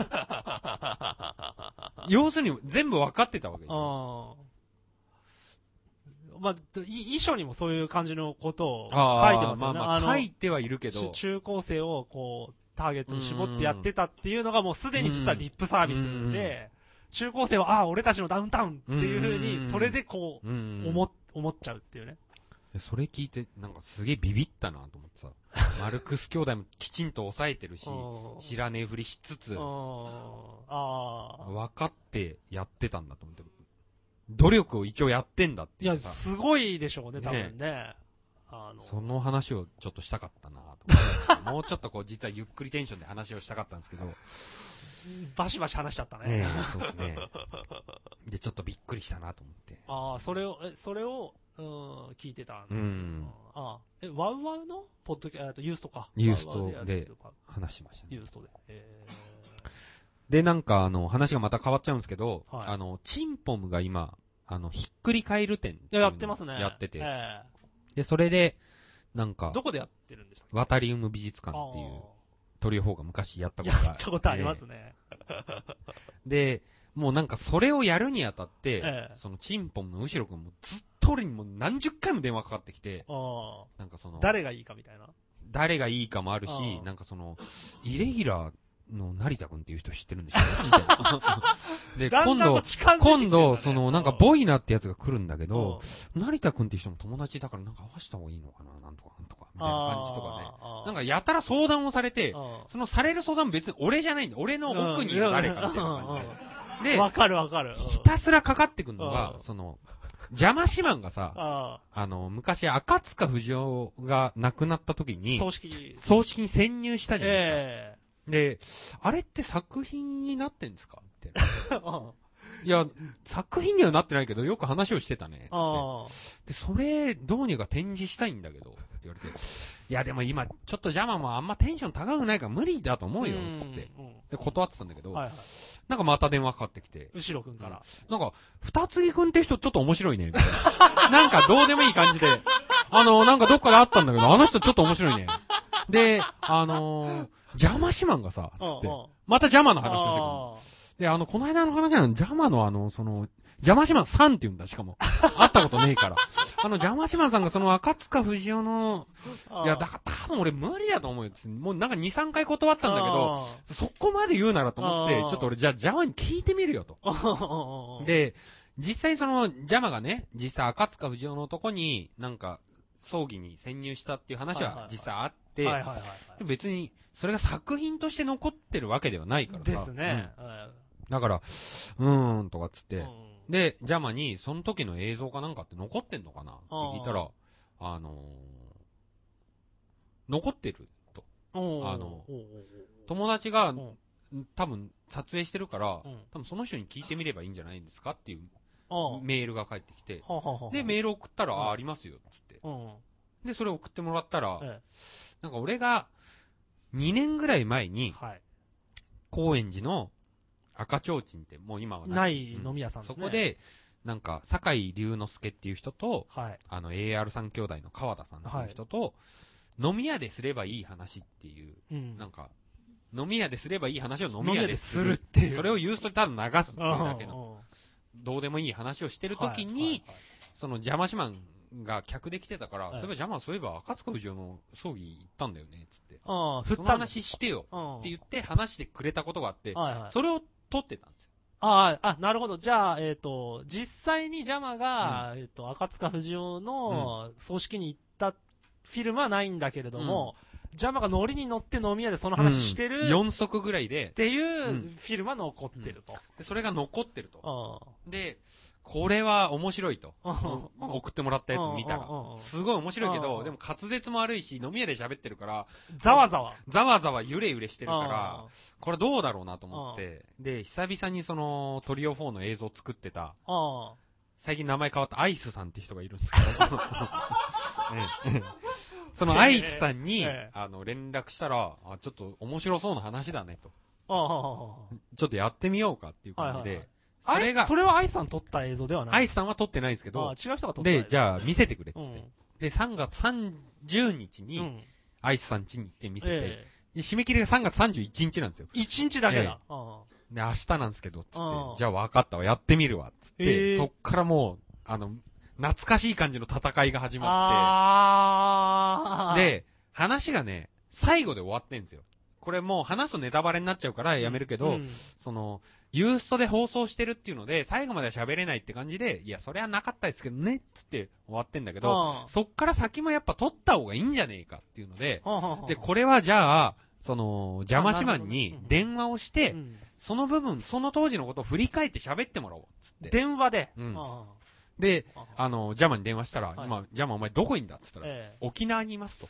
要するに全部分かってたわけですよ。 まあ、遺書にもそういう感じのことを書いてますよね。 まあまあ書いてはいるけど。 中高生をこう、ターゲットに絞ってやってたっていうのがもうすでに実はリップサービスで、 中高生は、ああ、俺たちのダウンタウンっていう風に、それでこう、思、思っちゃうっていうね。 それ聞いて、なんかすげえビビったなと思ってさ、マルクス兄弟もきちんと抑えてるし、知らねえふりしつつ、 あ分かってやってたんだと思って、努力を一応やってんだっていうさ。 いや、すごいでしょうね、多分ね。 あのその話をちょっとしたかったなと思って。もうちょっとこう、実はゆっくりテンションで話をしたかったんですけど、 バシバシ話しちゃったね。 ええ、そうですね。で、ちょっとびっくりしたなと思って。 ああ、それを、え、それを、うん、聞いてたんですけど。うん。ああ、え、ワウワウのポッドキャスト、ユーストか。 ユーストで話しましたね。 ユーストで。えー、で、なんか、あの、話がまた変わっちゃうんですけど、はい、あの、チンポムが今、あの、ひっくり返る展っていうのをやってますね。 やってて。 えー、で、それで、なんか、 どこでやってるんでしたっけ？ ワタリウム美術館っていう、トリオフォーが昔やったことがあって。 やったことありますね。 で、もうなんかそれをやるにあたって、ええ、そのチンポンの後ろくんもずっと俺にも何十回も電話かかってきて、なんかその、 誰がいいかみたいな。 誰がいいかもあるし、なんかその、イレギュラーの成田くんっていう人知ってるんでしょみたいな。で、今度、今度、その、なんかボイナってやつが来るんだけど、成田くんっていう人も友達だからなんか合わせた方がいいのかななんとかなんとか、みたいな感じとかね。なんかやたら相談をされて、そのされる相談も別に俺じゃないんだ。俺の奥にいる誰かみたいな感じで。で、 わかるわかる。 ひたすらかかってくるのが、その、邪魔しマンがさ、あの、昔、赤塚不二夫が亡くなった時に、 葬式。 葬式に潜入したじゃないですか。で、あれって作品になってんですかって。いや、作品にはなってないけど、よく話をしてたね。つってで、それ、どうにか展示したいんだけど、って言われて。いや、でも今、ちょっと邪魔もあんまテンション高くないから無理だと思うよ、つって。で、断ってたんだけど、はいはい、なんかまた電話かかってきて。 後ろくんから。 なんか、二つぎくんって人ちょっと面白いね、みたいな。なんかどうでもいい感じで。あの、なんかどっかで会ったんだけど、あの人ちょっと面白いね。で、あのー、邪魔しマンがさ、つって。また邪魔の話をしてくる。で、あの、この間の話なの、邪魔のあの、その、邪魔しマンさんって言うんだ、しかも。会ったことねえから。あの、邪魔しマンさんがその赤塚不二夫の、いや、だから多分俺無理だと思うよ。もうなんかに、さんかい断ったんだけど、そこまで言うならと思って、ちょっと俺、じゃあ邪魔に聞いてみるよと。で、実際その、邪魔がね、実際赤塚不二夫のとこに、なんか、葬儀に潜入したっていう話は実際あって、別に、それが作品として残ってるわけではないからさ。 ですね。 うん、だから、うーんとかっつって、うん、で、ジャマに、その時の映像かなんかって残ってんのかなって聞いたら、あのー、残ってると。あの、友達が、多分撮影してるから、多分その人に聞いてみればいいんじゃないんですかっていうメールが返ってきて、で、メール送ったら、あ、ありますよ、つって。で、それ送ってもらったら、なんか俺が、にねんぐらい前に、高円寺の赤ちょうちんってもう今はない飲み屋さんですね。 そこで、なんか、坂井龍之介っていう人と、あの、エーアール 三兄弟の川田さんっていう人と、飲み屋ですればいい話っていう、なんか、飲み屋ですればいい話を飲み屋でするっていう。それをユーストでただ流すっていうだけの、どうでもいい話をしてるときに、その邪魔しマンが客で来てたから、そういえば邪魔そういえば赤塚不二夫の葬儀行ったんだよね、つって。その話してよ、って言って話してくれたことがあって、それを撮ってたんですよ。 ああ、なるほど。じゃあ、えっと、実際にジャマが、えっと、赤塚不二夫の葬式に行ったフィルムはないんだけれども、ジャマがノリに乗って飲み屋でその話してる。 よんそくぐらいで。 っていうフィルムは残ってると。 で、それが残ってると。で、これは面白いと。送ってもらったやつ見たら。すごい面白いけど、でも滑舌も悪いし、飲み屋で喋ってるから、 ざわざわ。 ざわざわ揺れ揺れしてるから、これどうだろうなと思って、で、久々にそのトリオフォーの映像を作ってた、最近名前変わったアイスさんって人がいるんですけど、そのアイスさんに、あの、連絡したら、あ、ちょっと面白そうな話だねと。ちょっとやってみようかっていう感じで、 それが、それはアイスさん撮った映像ではない？ アイスさんは撮ってないんですけど、 あ、違う人が撮った。 で、じゃあ見せてくれっつって。で、さんがつさんじゅうにちに、アイスさん家に行って見せて、で、締め切りがさんがつさんじゅういちにちなんですよ。 いちにちだけだ。 で、明日なんですけど、つって、じゃあ分かったわ、やってみるわ、つって、そっからもう、あの、懐かしい感じの戦いが始まって、で、話がね、最後で終わってんですよ。これもう話すとネタバレになっちゃうからやめるけど、その、 ユーストで放送してるっていうので、最後までは喋れないって感じで、いや、それはなかったですけどね、つって終わってんだけど、そっから先もやっぱ撮った方がいいんじゃねえかっていうので、で、これはじゃあ、その、邪魔しマンに電話をして、その部分、その当時のことを振り返って喋ってもらおう、つって。 電話で。 うん。で、あの、ジャマに電話したら、はい、今、ジャマお前どこいんだって言ったら、ええ、沖縄にいますと。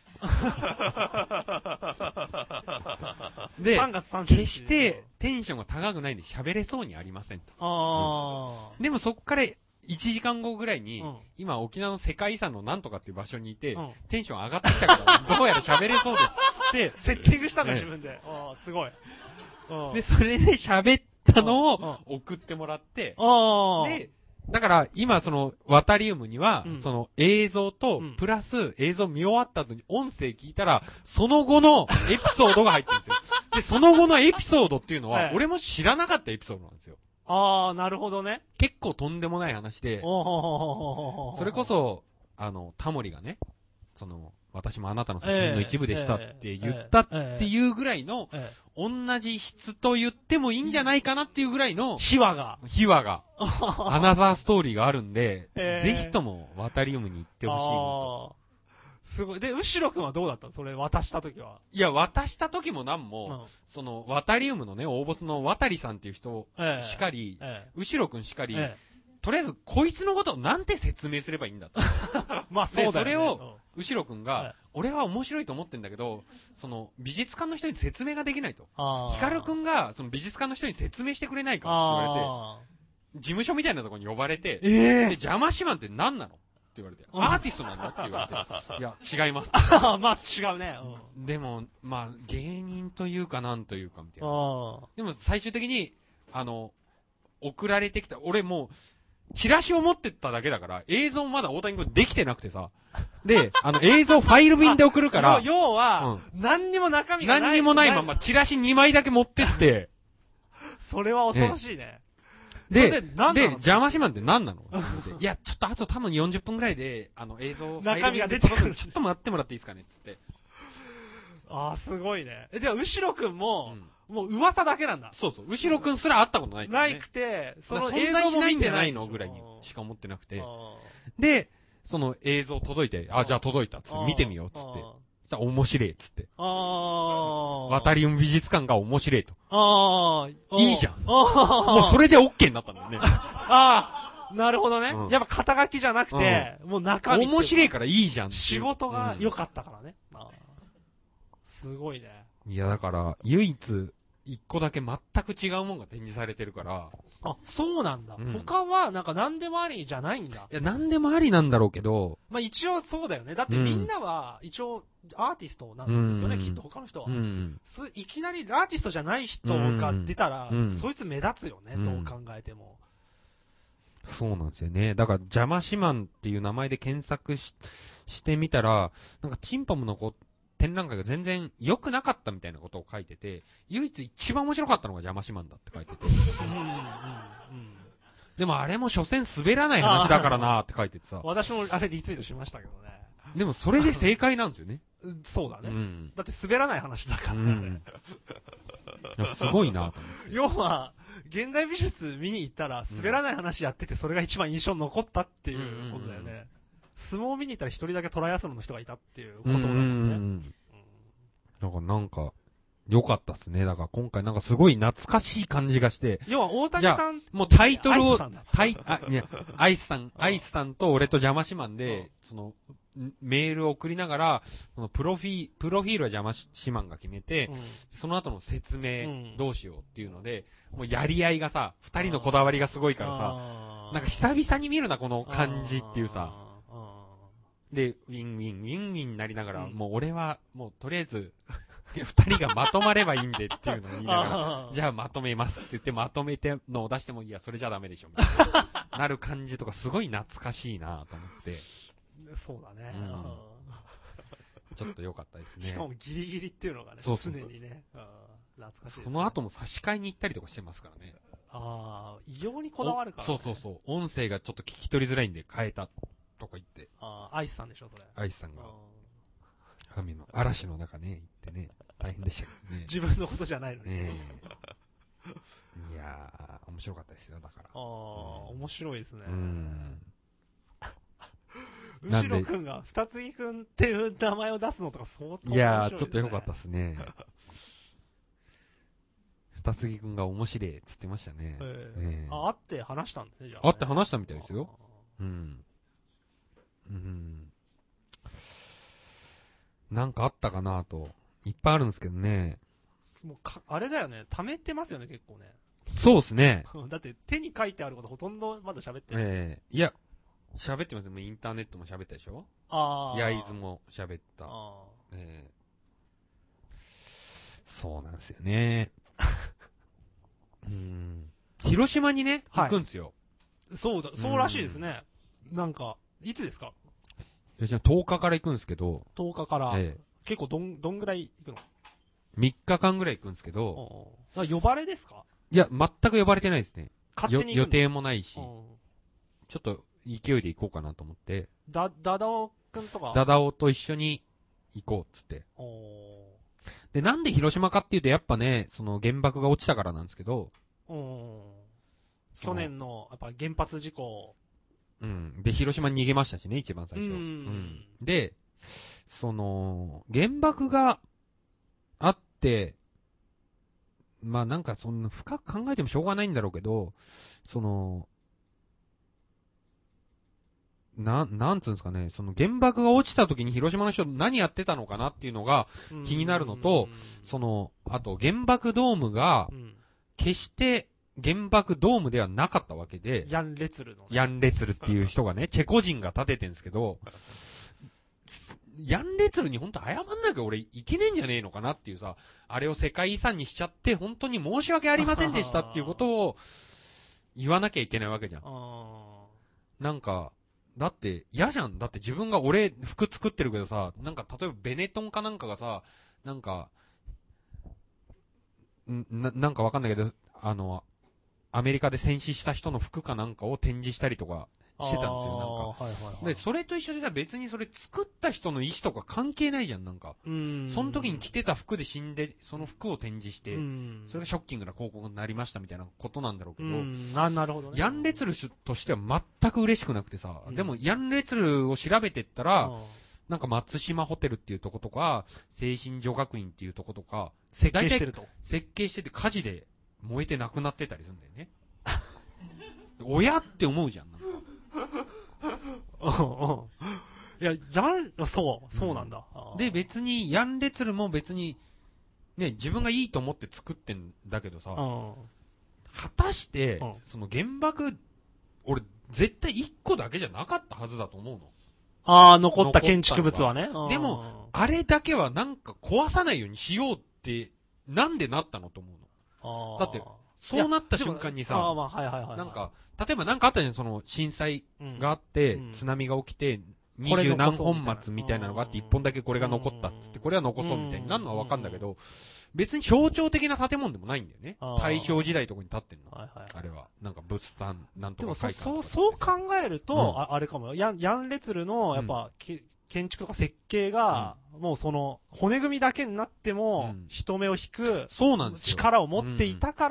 で、決してテンションが高くないんで喋れそうにありませんと。あうん、でもそっからいちじかんごぐらいに、うん、今沖縄の世界遺産のなんとかっていう場所にいて、うん、テンション上がってきたから、どうやら喋れそうですって。 セッティングしたんだ、自分で。あすごい。 で、それで喋ったのを送ってもらって、で、だから、今、その、ワタリウムには、うん、その、映像と、プラス、映像見終わった後に音声聞いたら、その後のエピソードが入ってるんですよ。で、その後のエピソードっていうのは、はい、俺も知らなかったエピソードなんですよ。 あー、なるほどね。 結構とんでもない話で、それこそ、あの、タモリがね、その、私もあなたの作品の一部でしたって言ったっていうぐらいの、同じ質と言ってもいいんじゃないかなっていうぐらいの、 秘話が。 秘話が。アナザーストーリーがあるんで、ぜひともワタリウムに行ってほしいなと。 すごい。で、後ろくんはどうだったのそれ渡した時は。 いや、渡した時もなんも、うん、その、ワタリウムのね、応募の渡りさんっていう人しかり、ええ、後ろくんしかり、ええとりあえず、こいつのことをなんて説明すればいいんだって。 まあそうだよね。 それを、後ろくんが、はい、俺は面白いと思ってんだけど、その、美術館の人に説明ができないと。ヒカルくんが、その美術館の人に説明してくれないかって言われて、事務所みたいなところに呼ばれて、えー、で、邪魔しマンって何なのって言われて、アーティストなのって言われて、いや、違います。 まあ違うね。 うん、でも、まあ、芸人というかなんというかみたいな。でも最終的に、あの、送られてきた、俺もう、チラシを持ってっただけだから、映像まだ大谷君できてなくてさ。で、あの映像ファイル便で送るから。 要は、うん、何にも中身がない。 何にもないままチラシにまいだけ持ってって。 それは恐ろしいね。 で、で、で邪魔しマンって何なのいや、ちょっとあと多分よんじゅっぷんくらいで、あの映像、 中身が出てくる。 ちょっと待ってもらっていいですかねつって。 ああ、すごいね。え、では、後ろくんも、うんもう噂だけなんだ。 そうそう。後ろくんすら会ったことないからね。ないくて、 その映像も見てないのぐらいにしか思ってなくて。で、その映像届いて、あ、じゃあ届いたっつって見てみようっつって。そしたら面白いっつって。ワタリウム美術館が面白いと。ああ。いいじゃん。もうそれで OK になったんだよね。 ああ。なるほどね。うん、やっぱ肩書きじゃなくて、うん、もう中身。 面白いからいいじゃんって。 仕事が良かったからね。うん、すごいね。 いやだから、唯一、一個だけ全く違うもんが展示されてるから。 あ、そうなんだ。うん、他は、なんか何でもありじゃないんだ。 いや、何でもありなんだろうけど。 まあ一応そうだよね。だってみんなは、一応、アーティストなんですよね、うん、きっと他の人は、うん。いきなりアーティストじゃない人が出たら、うん、そいつ目立つよね、うん、どう考えても。 そうなんですよね。だから、邪魔しマンっていう名前で検索し、してみたら、なんかチンパムの子、展覧会が全然良くなかったみたいなことを書いてて、唯一一番面白かったのが邪魔しマンだって書いてて。でもあれも所詮滑らない話だからなーって書いててさ。 私もあれリツイートしましたけどね。 でもそれで正解なんですよね。 そうだね、うん。だって滑らない話だからね。 うん、すごいなと思って。 要は、現代美術見に行ったら滑らない話やっててそれが一番印象に残ったっていうことだよね。うんうんうん、相撲を見に行ったら一人だけトライアスロンの人がいたっていうことだもんね。うん。 だからなんか、良かったっすね。だから今回なんかすごい懐かしい感じがして。 要は大谷さん。 もうタイトルを、タイ、あ、いや、アイスさん、アイスさんと俺と邪魔しマンで、その、メールを送りながら、そのプロフィー、プロフィールは邪魔しマンが決めて、うん、その後の説明どうしようっていうので、うん、もうやり合いがさ、二人のこだわりがすごいからさ、なんか久々に見るな、この感じっていうさ、で、ウィンウィン、ウィンウィンになりながら、うん、もう俺は、もうとりあえず、二人がまとまればいいんでっていうのを言いながら、じゃあまとめますって言ってまとめてのを出しても、いや、それじゃダメでしょ、みたいな。なる感じとかすごい懐かしいなと思って。 そうだね、 うん。ちょっと良かったですね。 しかもギリギリっていうのがね、そうそうそう常にね、懐かしい、ね。 その後も差し替えに行ったりとかしてますからね。 ああ、異様にこだわるからね。 そうそうそう。音声がちょっと聞き取りづらいんで変えたとか言って。 ああ、アイスさんでしょ、それ。 アイスさんが。神の嵐の中ね、行ってね、大変でしたけどね。 自分のことじゃないのに。ねいやー、面白かったですよ、だから。 ああ、うん、面白いですね。 うん。 後ろくんが、二つぎくんっていう名前を出すのとか相当面白いですね。 いやー、ちょっと良かったですね。二つぎくんが面白いっつってましたね。えーえー、あ、会って話したんですね、じゃあ、 ね。会って話したみたいですよ。うん。うん。なんかあったかなと。いっぱいあるんですけどね。 もうか、あれだよね。溜めてますよね、結構ね。 そうですね。 だって手に書いてあることほとんどまだ喋ってる。 ええー、いや、喋ってますよ。インターネットも喋ったでしょ。 ああ。 焼津も喋った。 あええー、そうなんですよね。うん。広島にね、行くんですよ。 そうだ、そうらしいですね。なんか、いつですか？ 広島とおかから行くんですけど。 とおかから。 ええ、 結構どん、どんぐらい行くの？ みっかかんぐらい行くんですけど。 呼ばれですか？ いや、全く呼ばれてないですね。 勝手に予定もないし。ちょっと勢いで行こうかなと思って。 だ、ダダオくんとかダダオと一緒に行こうっつって。で、なんで広島かっていうと、やっぱね、その原爆が落ちたからなんですけど。 去年の、やっぱ原発事故。 うん。で、広島に逃げましたしね、一番最初。うん,、うん。で、その、原爆があって、まあなんかそんな深く考えてもしょうがないんだろうけど、その、な、なんつうんですかね、その原爆が落ちた時に広島の人何やってたのかなっていうのが気になるのと、その、あと原爆ドームが、決して原爆ドームではなかったわけで、 ヤンレツルの、ね。 ヤンレツルっていう人がね、チェコ人が建ててんですけど、ヤンレツルに本当謝んなきゃ俺いけねえんじゃねえのかなっていうさ、あれを世界遺産にしちゃって本当に申し訳ありませんでしたっていうことを言わなきゃいけないわけじゃん。なんか、だって嫌じゃん。だって自分が俺服作ってるけどさ、なんか例えばベネトンかなんかがさ、なんか、んな、なんかわかんないけど、あの、アメリカで戦死した人の服かなんかを展示したりとかしてたんですよ、なんか。はいはいはい、で、それと一緒でさ、別にそれ作った人の意思とか関係ないじゃん、なんか。うん。その時に着てた服で死んで、その服を展示して、うん。それがショッキングな広告になりましたみたいなことなんだろうけど、うん。 な、なるほどね。 ヤンレツルとしては全く嬉しくなくてさ、うん、でもヤンレツルを調べてったら、うん、なんか松島ホテルっていうとことか、精神女学院っていうとことか、 設計してると。 設計してて火事で燃えてなくなってたりするんだよね。親って思うじゃん、なんか。 いや、ヤン、そう、そうなんだ。 うん、で、別に、ヤンレツルも別に、ね、自分がいいと思って作ってんだけどさ、果たして、うん、その原爆、俺、絶対いっこだけじゃなかったはずだと思うの。 ああ、残った建築物はね。 でも、あれだけはなんか壊さないようにしようって、なんでなったのと思うの。だって、そうなった瞬間にさ、なんか、例えばなんかあったじゃん、その震災があって、うん、津波が起きて、二十何本松みたいなのがあって、一本だけこれが残ったっつって、これは残そうみたいになるのはわかんだけど、別に象徴的な建物でもないんだよね。大正時代とかに建ってんの。はいはい、あれは。なんか物産、なんとか書いてある。でもそ、そう、そう考えると、うん、あ, あれかもよ。ヤン、ヤンレツルの、やっぱ、うん、建築とか設計が、うん、もうその、骨組みだけになっても、うん、人目を引く、 そうなんですよ。 力を持っていたから、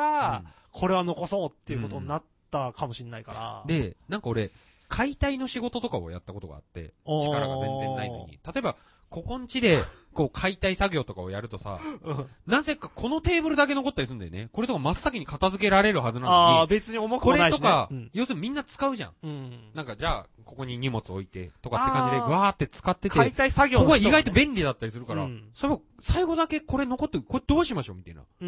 これは残そうっていうことになったかもしれないから。 で、なんか俺、解体の仕事とかをやったことがあって、力が全然ないのに。例えば、ここんちで、こう解体作業とかをやるとさ、なぜかこのテーブルだけ残ったりするんだよね。これとか真っ先に片付けられるはずなのに。ああ、別に重くもないし、ね、 これとか、うん、要するにみんな使うじゃん。うん、なんかじゃあ、ここに荷物置いて、とかって感じで、わーって使ってて。 解体作業の、 ね、ここは意外と便利だったりするから、うん、それも最後だけこれ残ってる、これどうしましょうみたいな。うん、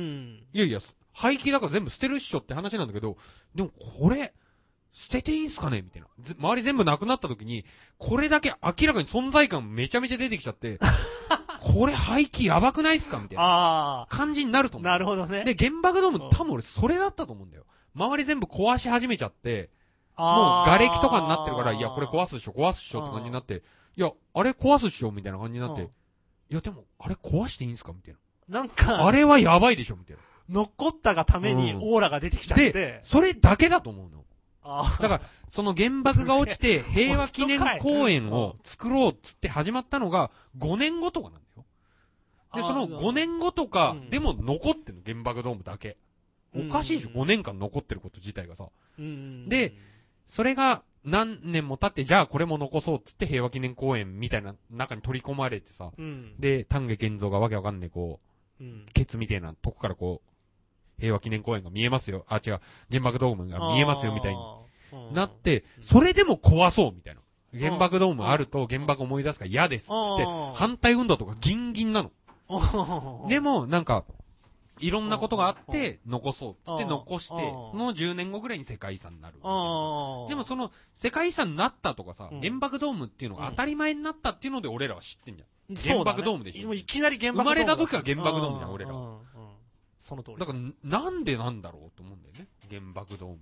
いやいや、廃棄だから全部捨てるっしょって話なんだけど、でもこれ、捨てていいんすかねみたいな。周り全部なくなった時に、これだけ明らかに存在感めちゃめちゃ出てきちゃって、これ廃棄やばくないっすかみたいな感じになると思う。 なるほどね。 で、原爆ドーム多分俺それだったと思うんだよ。周り全部壊し始めちゃって、もう瓦礫とかになってるから、いや、これ壊すっしょ、壊すっしょって感じになって、いや、あれ壊すっしょみたいな感じになって、いや、でも、あれ壊していいんすかみたいな。なんか、 あれはやばいでしょみたいな。 残ったがためにオーラが出てきちゃって。 で、それだけだと思うの。だから、その原爆が落ちて平和記念公園を作ろうっつって始まったのがごねんごとかなんだよ。で、そのごねんごとかでも残ってんの、原爆ドームだけ。 おかしいじゃん、ごねんかん残ってること自体がさ。 うん、 で、それが何年も経って、じゃあこれも残そうっつって平和記念公園みたいな中に取り込まれてさ、うん、で、丹下健三がわけわかんねえ、こう、うん、ケツみたいなとこからこう、平和記念公園が見えますよ。あ、違う、原爆ドームが見えますよみたいになって、それでも壊そうみたいな。原爆ドームあると原爆思い出すから嫌ですっつって、反対運動とかギンギンなの。でも、なんか、いろんなことがあって、残そうっつって残して、そのじゅうねんごぐらいに世界遺産になる。でもその、世界遺産になったとかさ、原爆ドームっていうのが当たり前になったっていうので俺らは知ってんじゃん。原爆ドームでしょ。 いきなり原爆ドーム。 生まれた時は原爆ドームじゃん、俺らは。 その通り。 だから、なんでなんだろうと思うんだよね。原爆ドーム。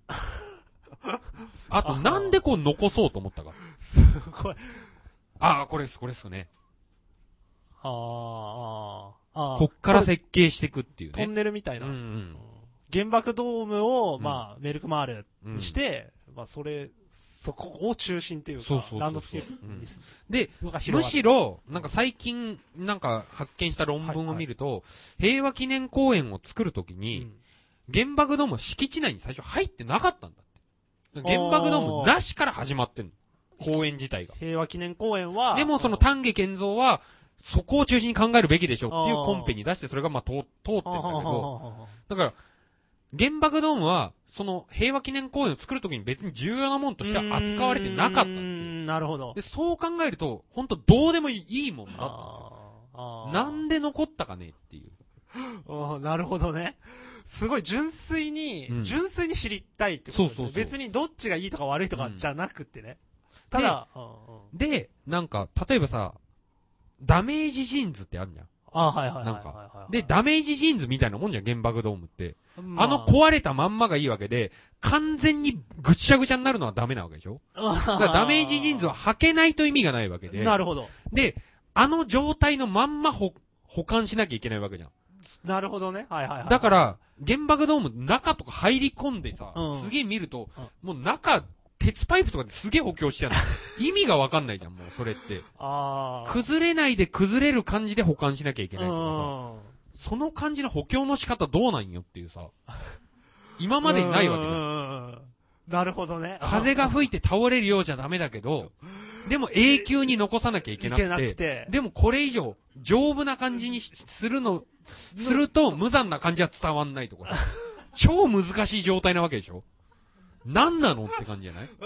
あと、なんでこう残そうと思ったか。 すごい。 ああ、これです、これですね。 ああ、ああ。 こっから設計していくっていうね。 トンネルみたいな。 うんうん、 原爆ドームを、まあ、メルクマールにして、うん、まあ、それ、そこを中心っていうか、そうそうそうそうランドスケープです、 うん。で、むしろ、なんか最近、なんか発見した論文を見ると、はいはい、平和記念公園を作るときに、うん、原爆ドームは敷地内に最初入ってなかったんだって。原爆ドームなしから始まってんの。公園自体が。 平和記念公園は、 でもその丹下健三は、そこを中心に考えるべきでしょっていうコンペに出して、それがまあ通、通ってんだけど、だから、原爆ドームは、その平和記念公園を作るときに別に重要なもんとしては扱われてなかったんですよ。 なるほど。 で、そう考えると、本当どうでもいいもんだったんですよ。なんで残ったかねっていう。 あなるほどね。すごい純粋に、うん、純粋に知りたいってことですね。そうそうそう。別にどっちがいいとか悪いとかじゃなくってね。うん、ただで、で、なんか、例えばさ、ダメージジーンズってあるじゃん。 あはいはいはい。 なんか。で、ダメージジーンズみたいなもんじゃん、原爆ドームって。まあ、あの壊れたまんまがいいわけで、完全にぐちゃぐちゃになるのはダメなわけでしょだからダメージジーンズは履けないと意味がないわけで。 なるほど。 で、あの状態のまんまほ保管しなきゃいけないわけじゃん。 なるほどね。はいはいはい。 だから、原爆ドーム中とか入り込んでさ、うん、すげえ見ると、うん、もう中、鉄パイプとかですげえ補強してやるの。意味がわかんないじゃん、もう、それって。あ崩れないで崩れる感じで保管しなきゃいけないからさ。その感じの補強の仕方どうなんよっていうさ。今までにないわけだよ。 なるほどね。 風が吹いて倒れるようじゃダメだけど、でも永久に残さなきゃいけなくて、いけなくてでもこれ以上、丈夫な感じにするの、すると無残な感じは伝わんないとかさ。超難しい状態なわけでしょ何なのって感じじゃない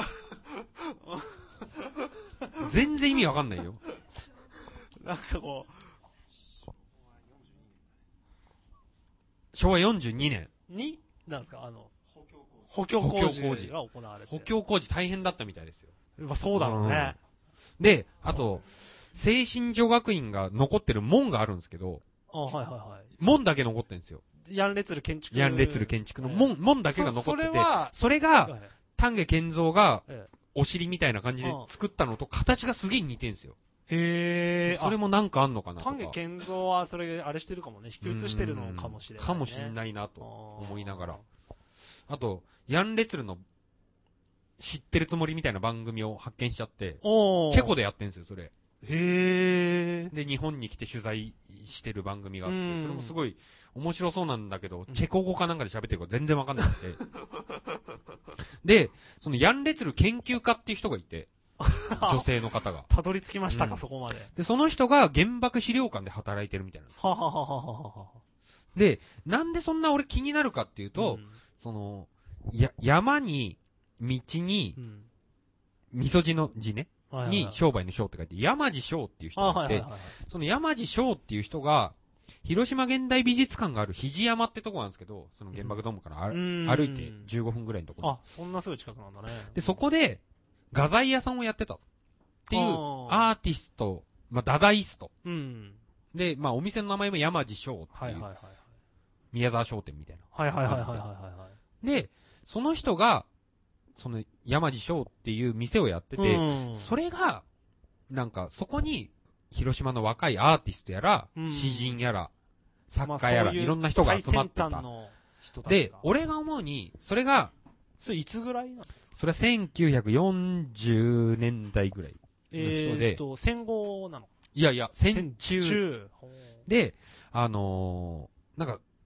全然意味わかんないよ。 なんかこう。 しょうわよんじゅうにねん。になんですかあの、補強工事が行われて。 補強工事大変だったみたいですよ。 まあそうだろうね。 うん、で、あと、聖心女学院が残ってる門があるんですけど、 あはいはいはい。 門だけ残ってるんですよ。 ヤンレツル建築。 ヤンレツル建築の門、門だけが残ってて、それは、それが、丹下健三が、お尻みたいな感じで作ったのと形がすげえ似てんすよ。 へー。 それもなんかあんのかなとか。 丹下健三はそれ、あれしてるかもね。引き写してるのかもしれない、ね。 かもしれないなと思いながら。あと、ヤンレツルの知ってるつもりみたいな番組を発見しちゃって、チェコでやってんすよ、それ。 へー。 で、日本に来て取材してる番組があって、それもすごい面白そうなんだけど、チェコ語かなんかで喋ってるから全然わかんなくて。で、そのヤンレツル研究家っていう人がいて、女性の方が。 たどり着きましたか、うん、そこまで。 で、その人が原爆資料館で働いてるみたいな。 ははははは。 で、なんでそんな俺気になるかっていうと、うん、その、や、山に、道に、うん、みそじの字ね。に商売の商って書いて、山地翔っていう人がいて、その山地翔っていう人が、広島現代美術館がある肘山ってとこなんですけど、その原爆ドームから歩いてじゅうごふんぐらいのところ。 あ、そんなすぐ近くなんだね。 で、そこで、画材屋さんをやってた。っていう、アーティスト、まあ、ダダイスト。うん、で、まあ、お店の名前も山地翔っていう、宮沢商店みたいな。 はいはいはいはいはいはい。 で、その人が、その山地翔っていう店をやってて、うん、それが、なんかそこに広島の若いアーティストやら、うん、詩人やら、作家やら、まあ、いろんな人が集まってた。で、俺が思うに、それが、 それいつぐらいなんですか？ それはせんきゅうひゃくよんじゅうねんだいぐらいの人で。 えーと、戦後なの？ いやいや、戦中。戦中で、あのー、なんか、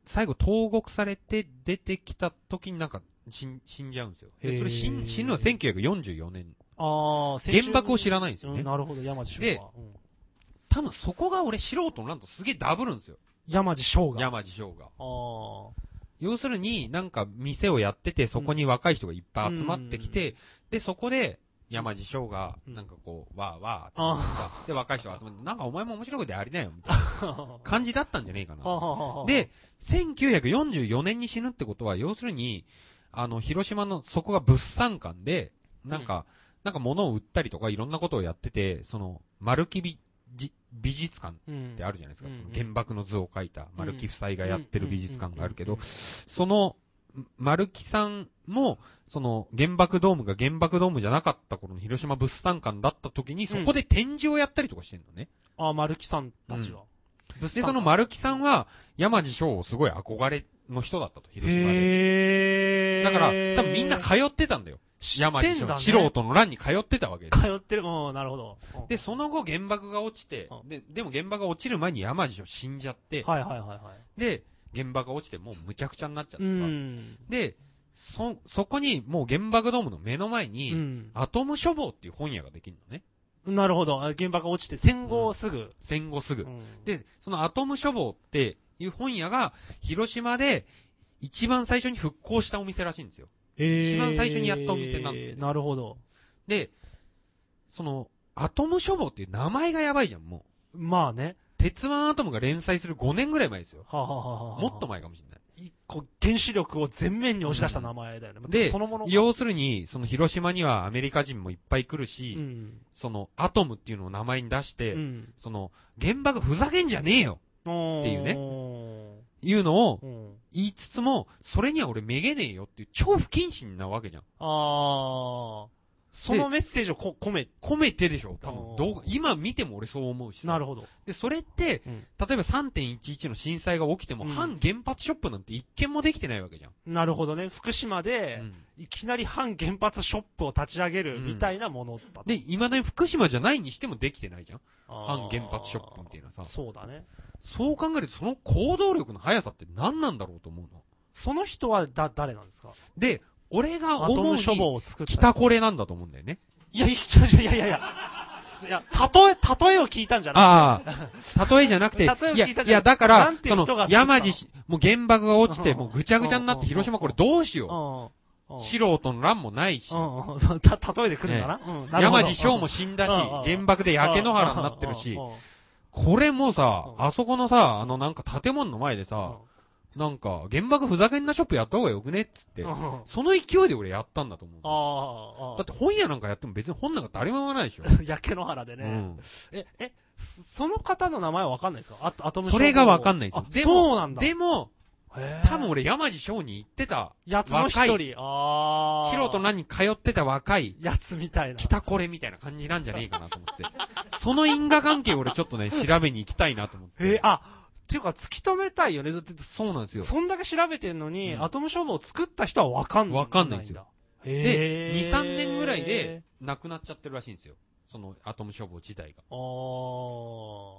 最後投獄されて出てきた時になんか死ん、死んじゃうんですよ。で、それ死ん、死ぬのはせんきゅうひゃくよんじゅうよねん。 ああ、 原爆を知らないんですよね。 うん、なるほど、山地翔で、うん、多分そこが俺素人のなんとすげえダブるんですよ。 山地翔が。 山地翔が。 あ要するに、なんか店をやってて、そこに若い人がいっぱい集まってきて、うん、で、そこで、山地翔が、なんかこう、わーわーって、で、若い人が集まって、なんかお前も面白いことやりなよ、みたいな感じだったんじゃねえかな。で、せんきゅうひゃくよんじゅうよねんに死ぬってことは、要するに、あの、広島のそこが物産館で、なんか、うん、なんか物を売ったりとかいろんなことをやってて、その、丸木美、美術館ってあるじゃないですか。うん、原爆の図を描いた丸木夫妻がやってる美術館があるけど、その、丸木さんも、その、原爆ドームが原爆ドームじゃなかった頃の広島物産館だった時に、そこで展示をやったりとかしてんのね。 うん、ああ、丸木さんたちが、 うん。で、その丸木さんは、山地翔をすごい憧れの人だったと、広島で。 へー。 だから、多分みんな通ってたんだよ。山地翔、ね。素人の欄に通ってたわけです。通ってる、うん、なるほど。 で、その後原爆が落ちて、で、でも原爆が落ちる前に山地翔死んじゃって、 はいはいはいはい。 で、原爆が落ちてもうむちゃくちゃになっちゃってさ。で、そ、そこにもう原爆ドームの目の前に、うん、アトム処方っていう本屋ができるのね。 なるほど。原爆が落ちて戦後すぐ。うん、 戦後すぐ、うん。で、そのアトム処方っていう本屋が広島で一番最初に復興したお店らしいんですよ。えー、一番最初にやったお店なんで、ね。 なるほど。 で、その、アトム処方っていう名前がやばいじゃん、もう。まあね。 鉄腕アトムが連載するごねんぐらい前ですよ。 ははははもっと前かもしれない。 一個原子力を全面に押し出した名前だよね。 うん、で、そのもの要するに、その広島にはアメリカ人もいっぱい来るし、うん、そのアトムっていうのを名前に出して、うん、その原爆ふざけんじゃねえよっていうね、いうのを言いつつも、それには俺めげねえよっていう超不謹慎なわけじゃん。 ああ。そのメッセージをこ込め、 込めてでしょ多分動画、今見ても俺そう思うし。 なるほど。 で、それって、うん、例えば さんてんいちいち の震災が起きても、うん、反原発ショップなんて一件もできてないわけじゃん。 なるほどね。福島で、うん、いきなり反原発ショップを立ち上げるみたいなものだ、 うん、で、未だに福島じゃないにしてもできてないじゃん。反原発ショップみたいなさ。 そうだね。 そう考えると、その行動力の速さって何なんだろうと思うの。 その人はだ、誰なんですか？ で、俺が思うに、北これなんだと思うんだよね。 いや、いやいやいやいや。いや、例え、例えを聞いたんじゃなくて。 ああ。例えじゃなくて、いや、いや、だから、その、山地、もう原爆が落ちて、もうぐちゃぐちゃになって、広島これどうしよう。素人の乱もないし。 た、例えで来るんだな。 山地翔も死んだし、原爆で焼け野原になってるし、これもさ、あそこのさ、あのなんか建物の前でさ、なんか、原爆ふざけんなショップやった方がよくねっつって、その勢いで俺やったんだと思う。だって本屋なんかやっても別に本なんか誰も言わないでしょ。 焼け野原でね。うん、え、え、その方の名前はわかんないですか？あと、アトムそれがわかんないですよ。 でも、そうなんだ。 でも、多分俺山地翔に行ってた。 やつの一人。あ素人何通ってた若い。 やつみたいな。 北これみたいな感じなんじゃねえかなと思って。その因果関係俺ちょっとね、調べに行きたいなと思って。 えー、あ、っていうか、突き止めたいよね。だって、 そうなんですよ。 そんだけ調べてんのに、うん、アトム処方を作った人はわかんない。 わかんないんですよ。で、に、さんねんぐらいで亡くなっちゃってるらしいんですよ。そのアトム処方自体が。 ああ、そう、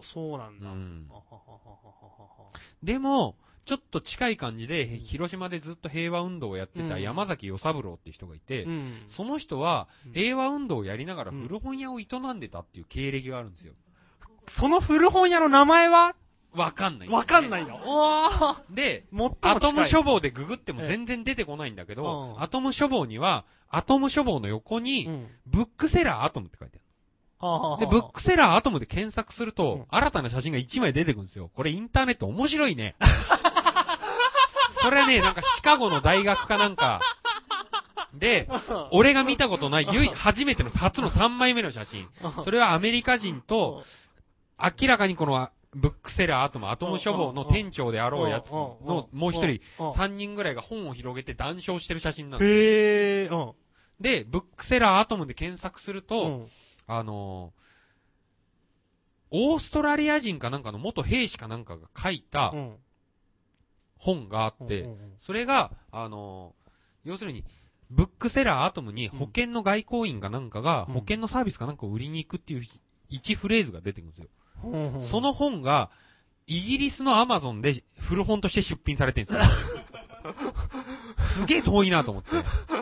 そうなんだ。うん、 でも、ちょっと近い感じで、広島でずっと平和運動をやってた山崎与三郎っていう人がいて、うん、その人は平和運動をやりながら古本屋を営んでたっていう経歴があるんですよ。 その古本屋の名前はわかんない、 ね。わかんないよ。おで、アトム処方でググっても全然出てこないんだけど、うん、アトム処方には、アトム処方の横に、うん、ブックセラーアトムって書いてある。で、ブックセラーアトムで検索すると、うん、新たな写真がいちまい出てくるんですよ。これインターネット面白いね。それね、なんかシカゴの大学かなんか、で、俺が見たことない、唯初めての、初のさんまいめの写真。それはアメリカ人と、明らかにこの、ブックセラーアトム、アトム処方の店長であろうやつの、もう一人、三人ぐらいが本を広げて談笑してる写真なんですよ。 へー。 で、ブックセラーアトムで検索すると、あの、オーストラリア人かなんかの元兵士かなんかが書いた本があって、それが、あの、要するに、ブックセラーアトムに保険の外交員かなんかが保険のサービスかなんかを売りに行くっていう一フレーズが出てくるんですよ。その本が、 イギリスのアマゾンで古本として出品されてるんですよ。すげえ遠いなと思って。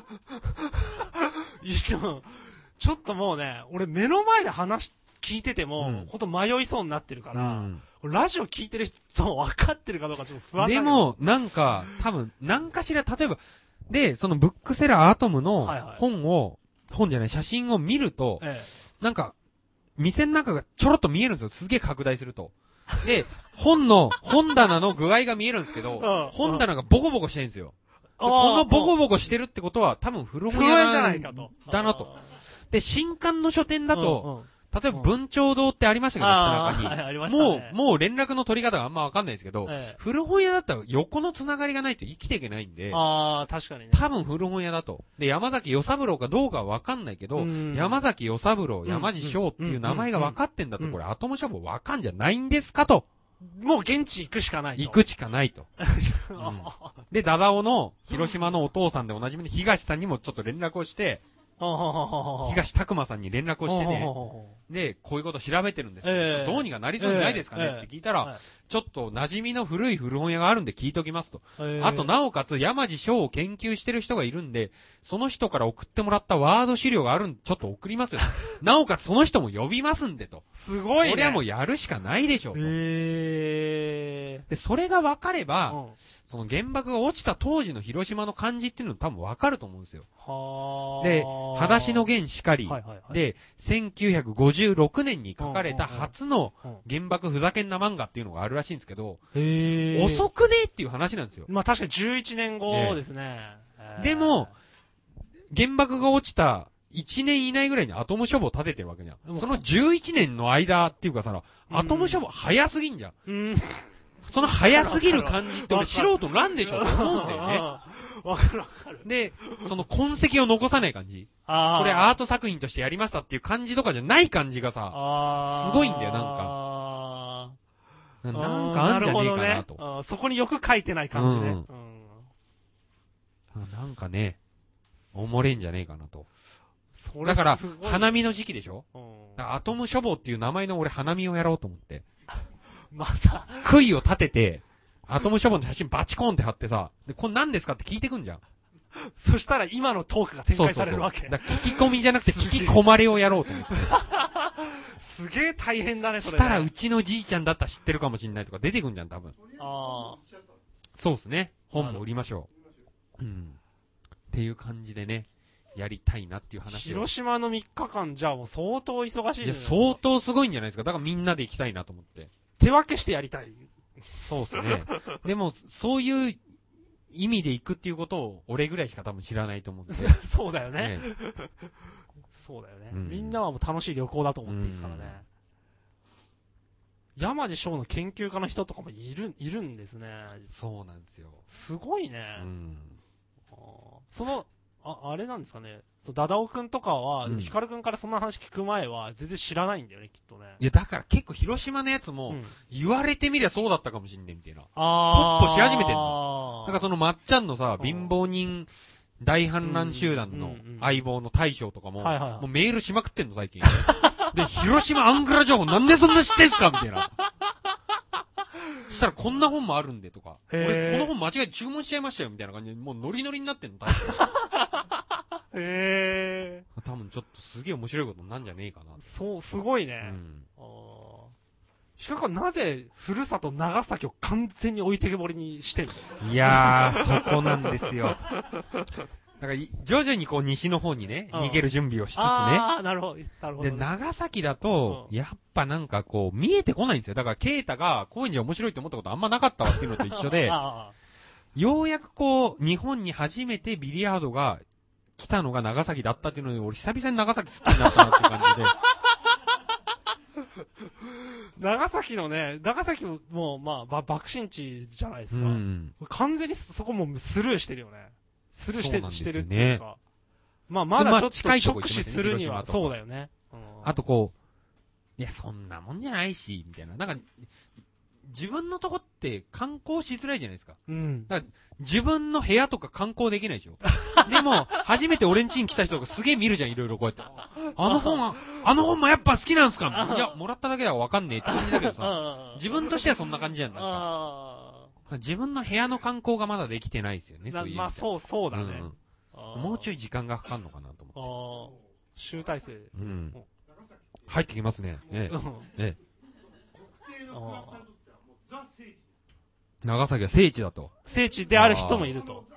いや、ちょっともうね、俺目の前で話聞いてても、うん、ほんと迷いそうになってるから、うん、ラジオ聞いてる人も分かってるかどうかちょっと不安だけど。 でも、なんか、多分、何かしら、例えば、で、そのブックセラーアトムの本を、はいはい、本じゃない、写真を見ると、ええ、なんか、店の中がちょろっと見えるんですよ。すげえ拡大すると。で、本の、本棚の具合が見えるんですけど、うん、本棚がボコボコしてるんですよ。このボコボコしてるってことは、多分古本屋じゃないかと。 だなと。で、新刊の書店だと、うんうん、例えば文鳥堂ってありましたけど、北中に。もう、もう連絡の取り方があんまわかんないですけど、ええ、古本屋だったら横のつながりがないと生きていけないんで、 ああ、確かにね。 多分古本屋だと。で、山崎与三郎かどうかはわかんないけど、山崎与三郎、山地翔っていう名前がわかってんだと、これ、アトム書房わかんじゃないんですかと。 もう現地行くしかないと。 行くしかないと。うん、で、ダダオの広島のお父さんでおなじみの東さんにもちょっと連絡をして、東拓馬さんに連絡をしてね、で、こういうこと調べてるんですよ、えー、どうにかなりそうにないですかね、えー、って聞いたら、えー、ちょっと馴染みの古い古本屋があるんで聞いときますと。えー、あと、なおかつ山地翔を研究してる人がいるんで、その人から送ってもらったワード資料があるんで、ちょっと送りますよ。なおかつその人も呼びますんでと。 すごいね。 これはもうやるしかないでしょうと。 えー、 で、それが分かれば、うん、その原爆が落ちた当時の広島の感じっていうの多分分かると思うんですよ。 はで、裸足の弦しかり、はいはいはい、で、せんきゅうひゃくごじゅうろくねんに書かれた初の原爆ふざけんな漫画っていうのがあるらしいんですけど、 へ遅くねっていう話なんですよ。 まあ確かにじゅういちねんごですね。 でも、原爆が落ちたいちねん以内ぐらいにアトム処方立ててるわけじゃん。そのじゅういちねんの間っていうかさ、アトム処方早すぎんじゃん。 うんその早すぎる感じって俺素人なんでしょって思うんだよね。 わかるわかる。 で、その痕跡を残さない感じ。 あこれアート作品としてやりましたっていう感じとかじゃない感じがさ、すごいんだよ、なんか。なんかあんじゃねえかなと。 なね、そこによく書いてない感じね。うんうん、なんかね、おもれんじゃねえかなと。だから、花見の時期でしょ、うん、アトム処方っていう名前の俺花見をやろうと思って。 また。 杭を立てて、アトム処方の写真バチコンって貼ってさ、で、これ何ですかって聞いてくんじゃん。 そしたら今のトークが展開されるわけ。 そうそうそうだ聞き込みじゃなくて聞き込まれをやろうと思って。 すげえ大変だね、それ、 ね。したらうちのじいちゃんだったら知ってるかもしんないとか出てくんじゃん、多分。 ああ。 そうですね。本も売りましょう。うん。っていう感じでね、やりたいなっていう話を。 広島のみっかかんじゃあもう相当忙しいですね。いや、相当すごいんじゃないですか。だからみんなで行きたいなと思って。 手分けしてやりたい。 そうですね。でも、そういう意味で行くっていうことを、俺ぐらいしか多分知らないと思うんで。 そうだよね。ねそうだよね、うん。みんなはもう楽しい旅行だと思っていくからね。山地翔の研究家の人とかもいる、いるんですね。 そうなんですよ。 すごいね。 うん、 あその、あ、あれなんですかね。そうダダオくんとかは、うん、ヒカルくんからそんな話聞く前は全然知らないんだよね、きっとね。 いや、だから結構広島のやつも、うん、言われてみりゃそうだったかもしんねえみたいな。 あポッポし始めてんの。だからそのまっちゃんのさ、貧乏人大反乱集団の相棒の大将とかも、もうメールしまくってんの、最近。で、広島アングラ情報なんでそんな知ってんすかみたいな。したらこんな本もあるんでとか、俺この本間違えて注文しちゃいましたよみたいな感じで、もうノリノリになってんの、大将。 へー。 多分ちょっとすげえ面白いことなんじゃねえかな。 そう、すごいね。うん。あしかもなぜ、ふるさと長崎を完全に置いてけぼりにしてんの？ いやー、そこなんですよ。だから、徐々にこう西の方にね、逃げる準備をしつつね。 ああ、なるほど。なるほど、ね。 で、長崎だと、うん、やっぱなんかこう、見えてこないんですよ。だから、ケイタが高円寺面白いって思ったことあんまなかったわっていうのと一緒で、ようやくこう、日本に初めてビリヤードが来たのが長崎だったっていうので、俺久々に長崎好きになったなって感じで。 長崎のね、長崎も、もう、まあ、爆心地じゃないですか。うん、完全にそこもスルーしてるよね。スルーして、ね、してるっていうか。まあ、まだちょっと直視するには、そうだよね。 うん、あとこう、いや、そんなもんじゃないし、みたいな。なんか、 自分のとこって観光しづらいじゃないですか。 うん。 だから自分の部屋とか観光できないでしょ。でも、初めて俺ん家に来た人がすげえ見るじゃん、いろいろこうやって。あの本は、あの本もやっぱ好きなんすかいや、もらっただけではわかんねえって感じだけどさ、自分としてはそんな感じじゃん、なんか。自分の部屋の観光がまだできてないですよね、そういう。 まあ、そう、そうだね、 うん。もうちょい時間がかかんのかなと思って。 集大成。 うん。入ってきますね。ええ。ええ。長崎は聖地だと。 聖地である人もいると。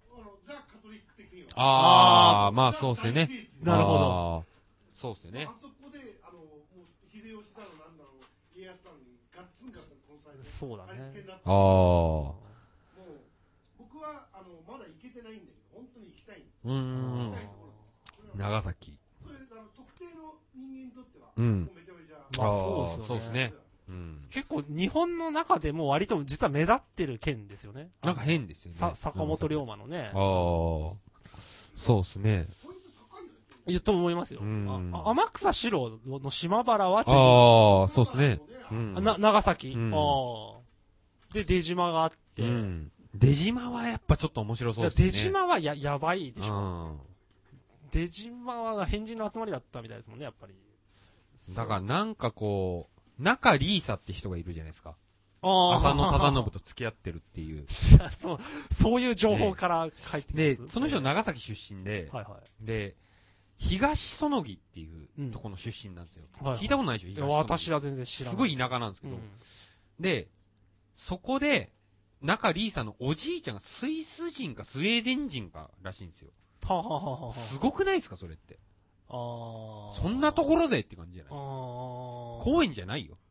ああ、まあそうっすよね。 なるほど。 そうっすよね。 あそこで、あの、秀吉だのなんだろう、家康だのにガッツンガッツンこの際で。 そうだね。 ああ。もう、僕は、あの、まだ行けてないんだけど、本当に行きたいんです。 うーん。長崎。 それ、あの、特定の人間にとっては、 うん。 めちゃめちゃ。 まあそうですね。うん、 結構日本の中でも割と実は目立ってる県ですよね。 なんか変ですよね。 さ、坂本龍馬のね。 ああ。そうですね。 言うと思いますよ。あ、天草四郎の島原はああ、そうですね。 うん、な、長崎、うん、ああ。で、出島があって、うん。 出島はやっぱちょっと面白そうですね。 出島はや、やばいでしょ。うん、出島は変人の集まりだったみたいですもんね、やっぱり。 だからなんかこう、中リーサって人がいるじゃないですか。浅野忠信と付き合ってるっていう。 そう、そういう情報から書いてで、その人長崎出身で、 はいはい、 で、東園木っていうとこの出身なんですよ。うん、聞いたことないでしょ、東園木。私は全然知らない。 すごい田舎なんですけど。うん、で、そこで、中リーサのおじいちゃんがスイス人かスウェーデン人からしいんですよ。 ははははすごくないですか、それって。 ああ。 そんなところでって感じじゃない。公園じゃないよ。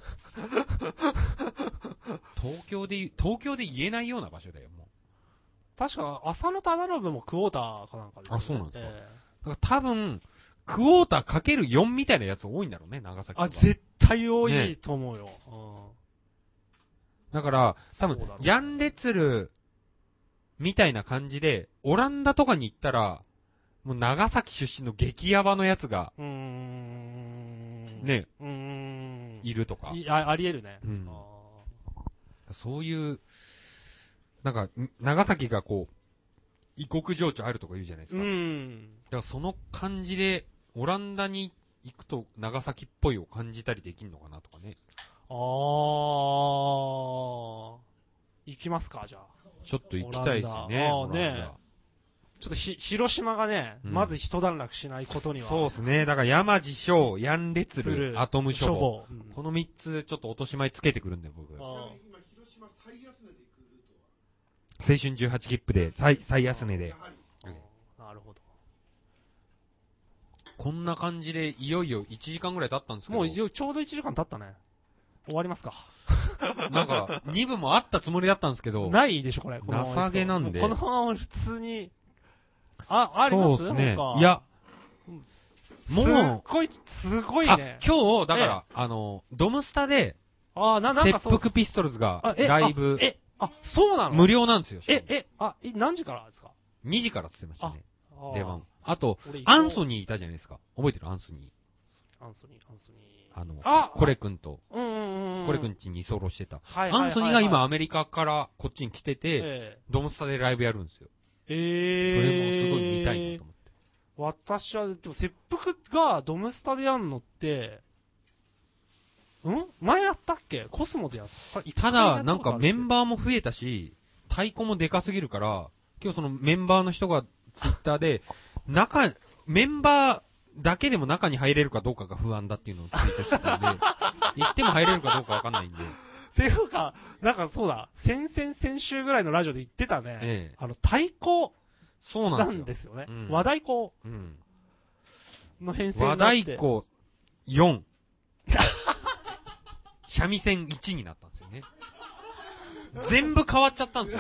東京で、東京で言えないような場所だよ、もう。 確か、浅野忠信もクォーターかなんかですね。 あ、そうなんですか。えー、だから多分、クォーターかけるよんみたいなやつ多いんだろうね、長崎とか。 あ、絶対多いと思うよ。ね、うん、 だから、多分、ヤンレツルみたいな感じで、オランダとかに行ったら、もう長崎出身の激ヤバのやつが、 うーんね、 うーんいるとか。 あ, あり得るね、 うん。そういう、なんか、長崎がこう、異国情緒あるとか言うじゃないですか。 うん。 だからその感じで、オランダに行くと長崎っぽいを感じたりできるのかなとかね。 あー。行きますか、じゃあ。 ちょっと行きたいですよね。 ああね。ちょっとひ、広島がね、うん、まず一段落しないことには。 そうですね。だから山地翔、ヤンレツル、アトム処方。 うん、 この三つちょっと落とし前つけてくるんで、僕。 今、広島最安値で行くルートは青春じゅうはち切符で、最、最安値で。 なるほど。 こんな感じで、いよいよいちじかんぐらい経ったんですけど。 もうちょうどいちじかん経ったね。終わりますか。 なんか、に部もあったつもりだったんですけど。 ないでしょ、これ。 情けなんで。 このまま普通に、あ、ありますそうですね。いや、もう、すっごい、すごいね。 今日、だから、あの、ドムスタで、 あ、な、なんか切腹ピストルズが、ライブ、 え、あ、そうなの無料なんですよ。 え、え、あ、何時からですか ? に 時からって言ってましたね。出番。あと、アンソニーいたじゃないですか。覚えてるアンソニー。アンソニー、アンソニー。 あの、あコレ君と、 うんうんうん。 コレ君家に居候してた。 はい。 アンソニーが今アメリカからこっちに来てて、ドムスタでライブやるんですよ。 えー。 それもすごい見たいなと思って。 私は、でも、切腹がドムスタでやんのって、ん前やったっけコスモでやったただ、なんかメンバーも増えたし、太鼓もでかすぎるから、今日そのメンバーの人がツイッターで、中、メンバーだけでも中に入れるかどうかが不安だっていうのをツイートしてたんで、行っても入れるかどうかわかんないんで。 っていうか、なんかそうだ、先々先週ぐらいのラジオで言ってたね。ええ、あの、太鼓。 そうなんですよ。なんですよね。 うん、 和太鼓。 うん。 の編成和太鼓よん。三味線いちになったんですよね。全部変わっちゃったんですよ。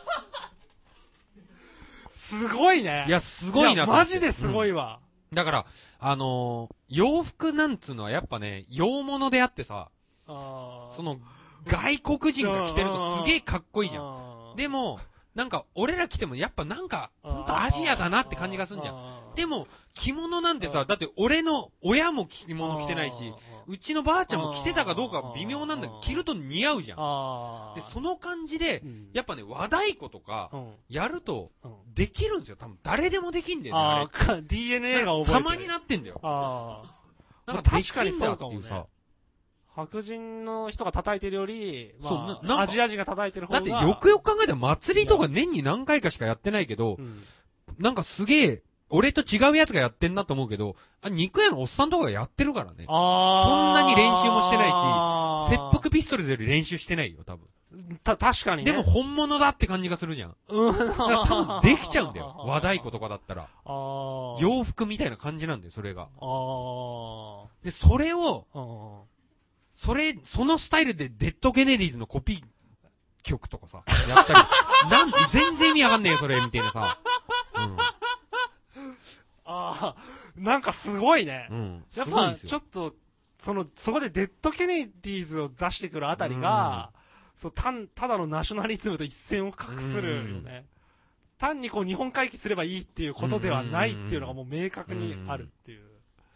すごいね。 いや、すごいな。 いや、マジですごいわ。 うん、だから、あのー、洋服なんつうのはやっぱね、洋物であってさ、 あその、外国人が着てるとすげえかっこいいじゃん。でも、 なんか、俺ら来てもやっぱなんか、ほんとアジアだなって感じがすんじゃん。でも、着物なんてさ、だって俺の親も着物着てないし、うちのばあちゃんも着てたかどうか微妙なんだけど、着ると似合うじゃん。で、その感じで、やっぱね、和太鼓とか、やると、できるんですよ。多分誰でもできんだよね。ああ、ディーエヌエー が覚えてる。 様になってんだよ。 ああ。なんか確かにそうかもね。 白人の人が叩いてるより、まあ、アジア人が叩いてる方が。 だってよくよく考えたら祭りとか年に何回かしかやってないけど、うん、なんかすげえ、俺と違うやつがやってんなと思うけど、あ、肉屋のおっさんとかがやってるからね。あそんなに練習もしてないし、切腹ピストルズより練習してないよ、多分。 た、確かにね。 でも本物だって感じがするじゃん。うん。だから多分できちゃうんだよ。和太鼓とかだったら。あ洋服みたいな感じなんだよ、それが。あで、それを、あそれ、そのスタイルでデッドケネディーズのコピー曲とかさ、やったり、なんで、全然意味わかんねえよ、それ、みたいなさ。うん。ああ、なんかすごいね。うん。やっぱ、ちょっと、その、そこでデッドケネディーズを出してくるあたりが、うん、そう、た、ただのナショナリズムと一線を画するよね。単にこう、日本回帰すればいいっていうことではないっていうのがもう明確にあるっていう。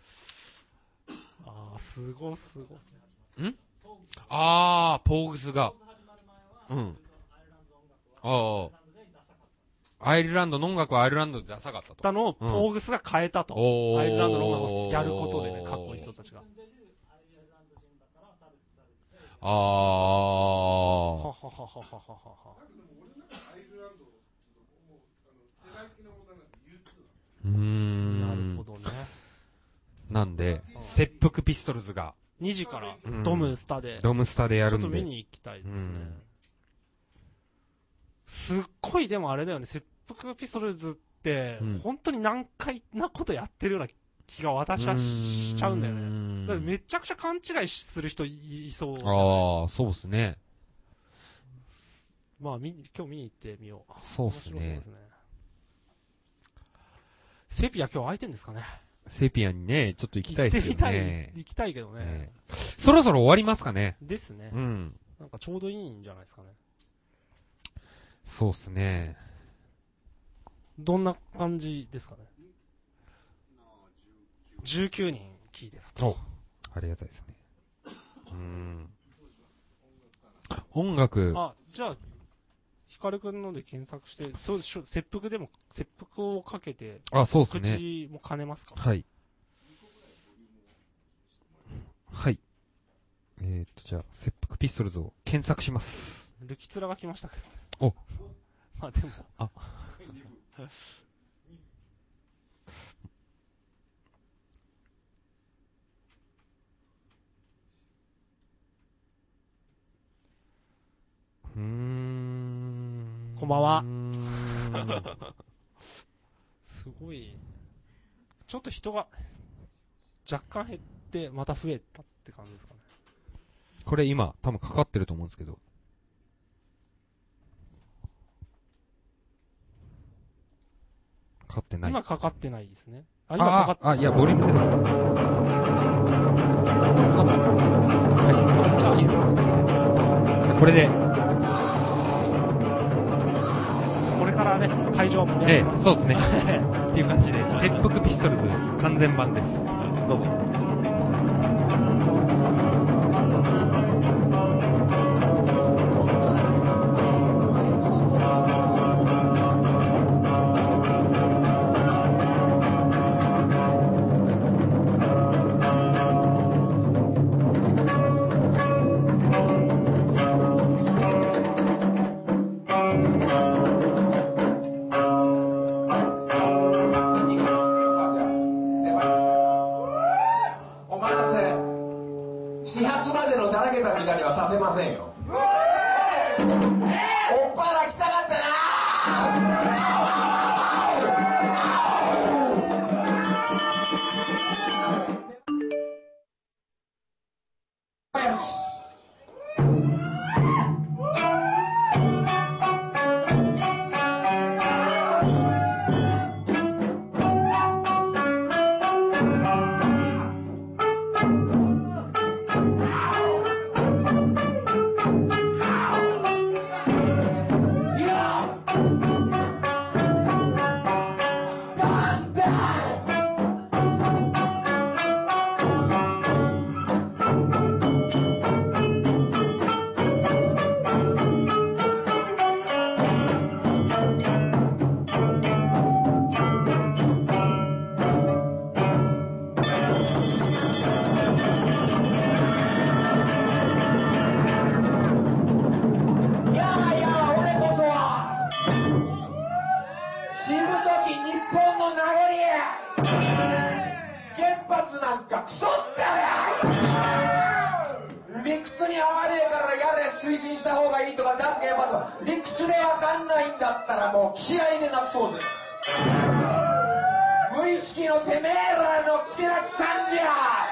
ああ、すごすご。 んあー、ポーグスが。うん。ああ。アイルランドの音楽はアイルランドでダサかったと。 たのを、ポーグスが変えたと。うん、アイルランドの音楽をやることでね、かっこいい人たちが。 あー。ははははははは。うーん。 なるほどね。 なんで、切腹ピストルズが。 にじから、ドムスタで、うん。 ドムスタでやるんで。 ちょっと見に行きたいですね。うん、すっごい、でもあれだよね、切腹ピストルズって、うん、本当に難解なことやってるような気が私はしちゃうんだよね。だからめちゃくちゃ勘違いする人いそうじゃない。 ああ、そうですね。 まあ、み、今日見に行ってみよう。 そうですね。そうですね。 セピア今日空いてんですかね。 セピアにね、ちょっと行きたいですけどね。行きたいけどね、 ね。そろそろ終わりますかね。 ですね。 うん。 なんかちょうどいいんじゃないですかね。 そうっすね。 どんな感じですかね。じゅうきゅうにん聞いてたと。 ありがたいですね。うん。音楽。 あ、じゃあ、ヒカルくんので検索して、そうでしょ、切腹でも、切腹をかけて、 あ、そうですね。 口も兼ねますか？ はい。はい。えー、っと、じゃあ、切腹ピストルズを検索します。 ルキツラが来ましたけどね。 おまあでも。 あ。うーん。 こんばんは。すごい。ちょっと人が若干減ってまた増えたって感じですかね。 これ今多分かかってると思うんですけど。かかってない。 今かかってないですね。 あ、今かかってない。あ、いや、ボリュームゼロ。はい。じゃあ、いいですか。これで。 これからね、会場も。 ええ、そうですね。っていう感じで、切腹ピストルズ完全版です。どうぞ。 理屈に合わねえからやれ推進した方がいいとか脱原発理屈でわかんないんだったらもう気合でなくそうぜ。無意識のてめえらの好きなさんじゃ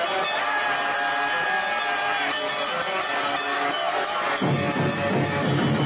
Thank you.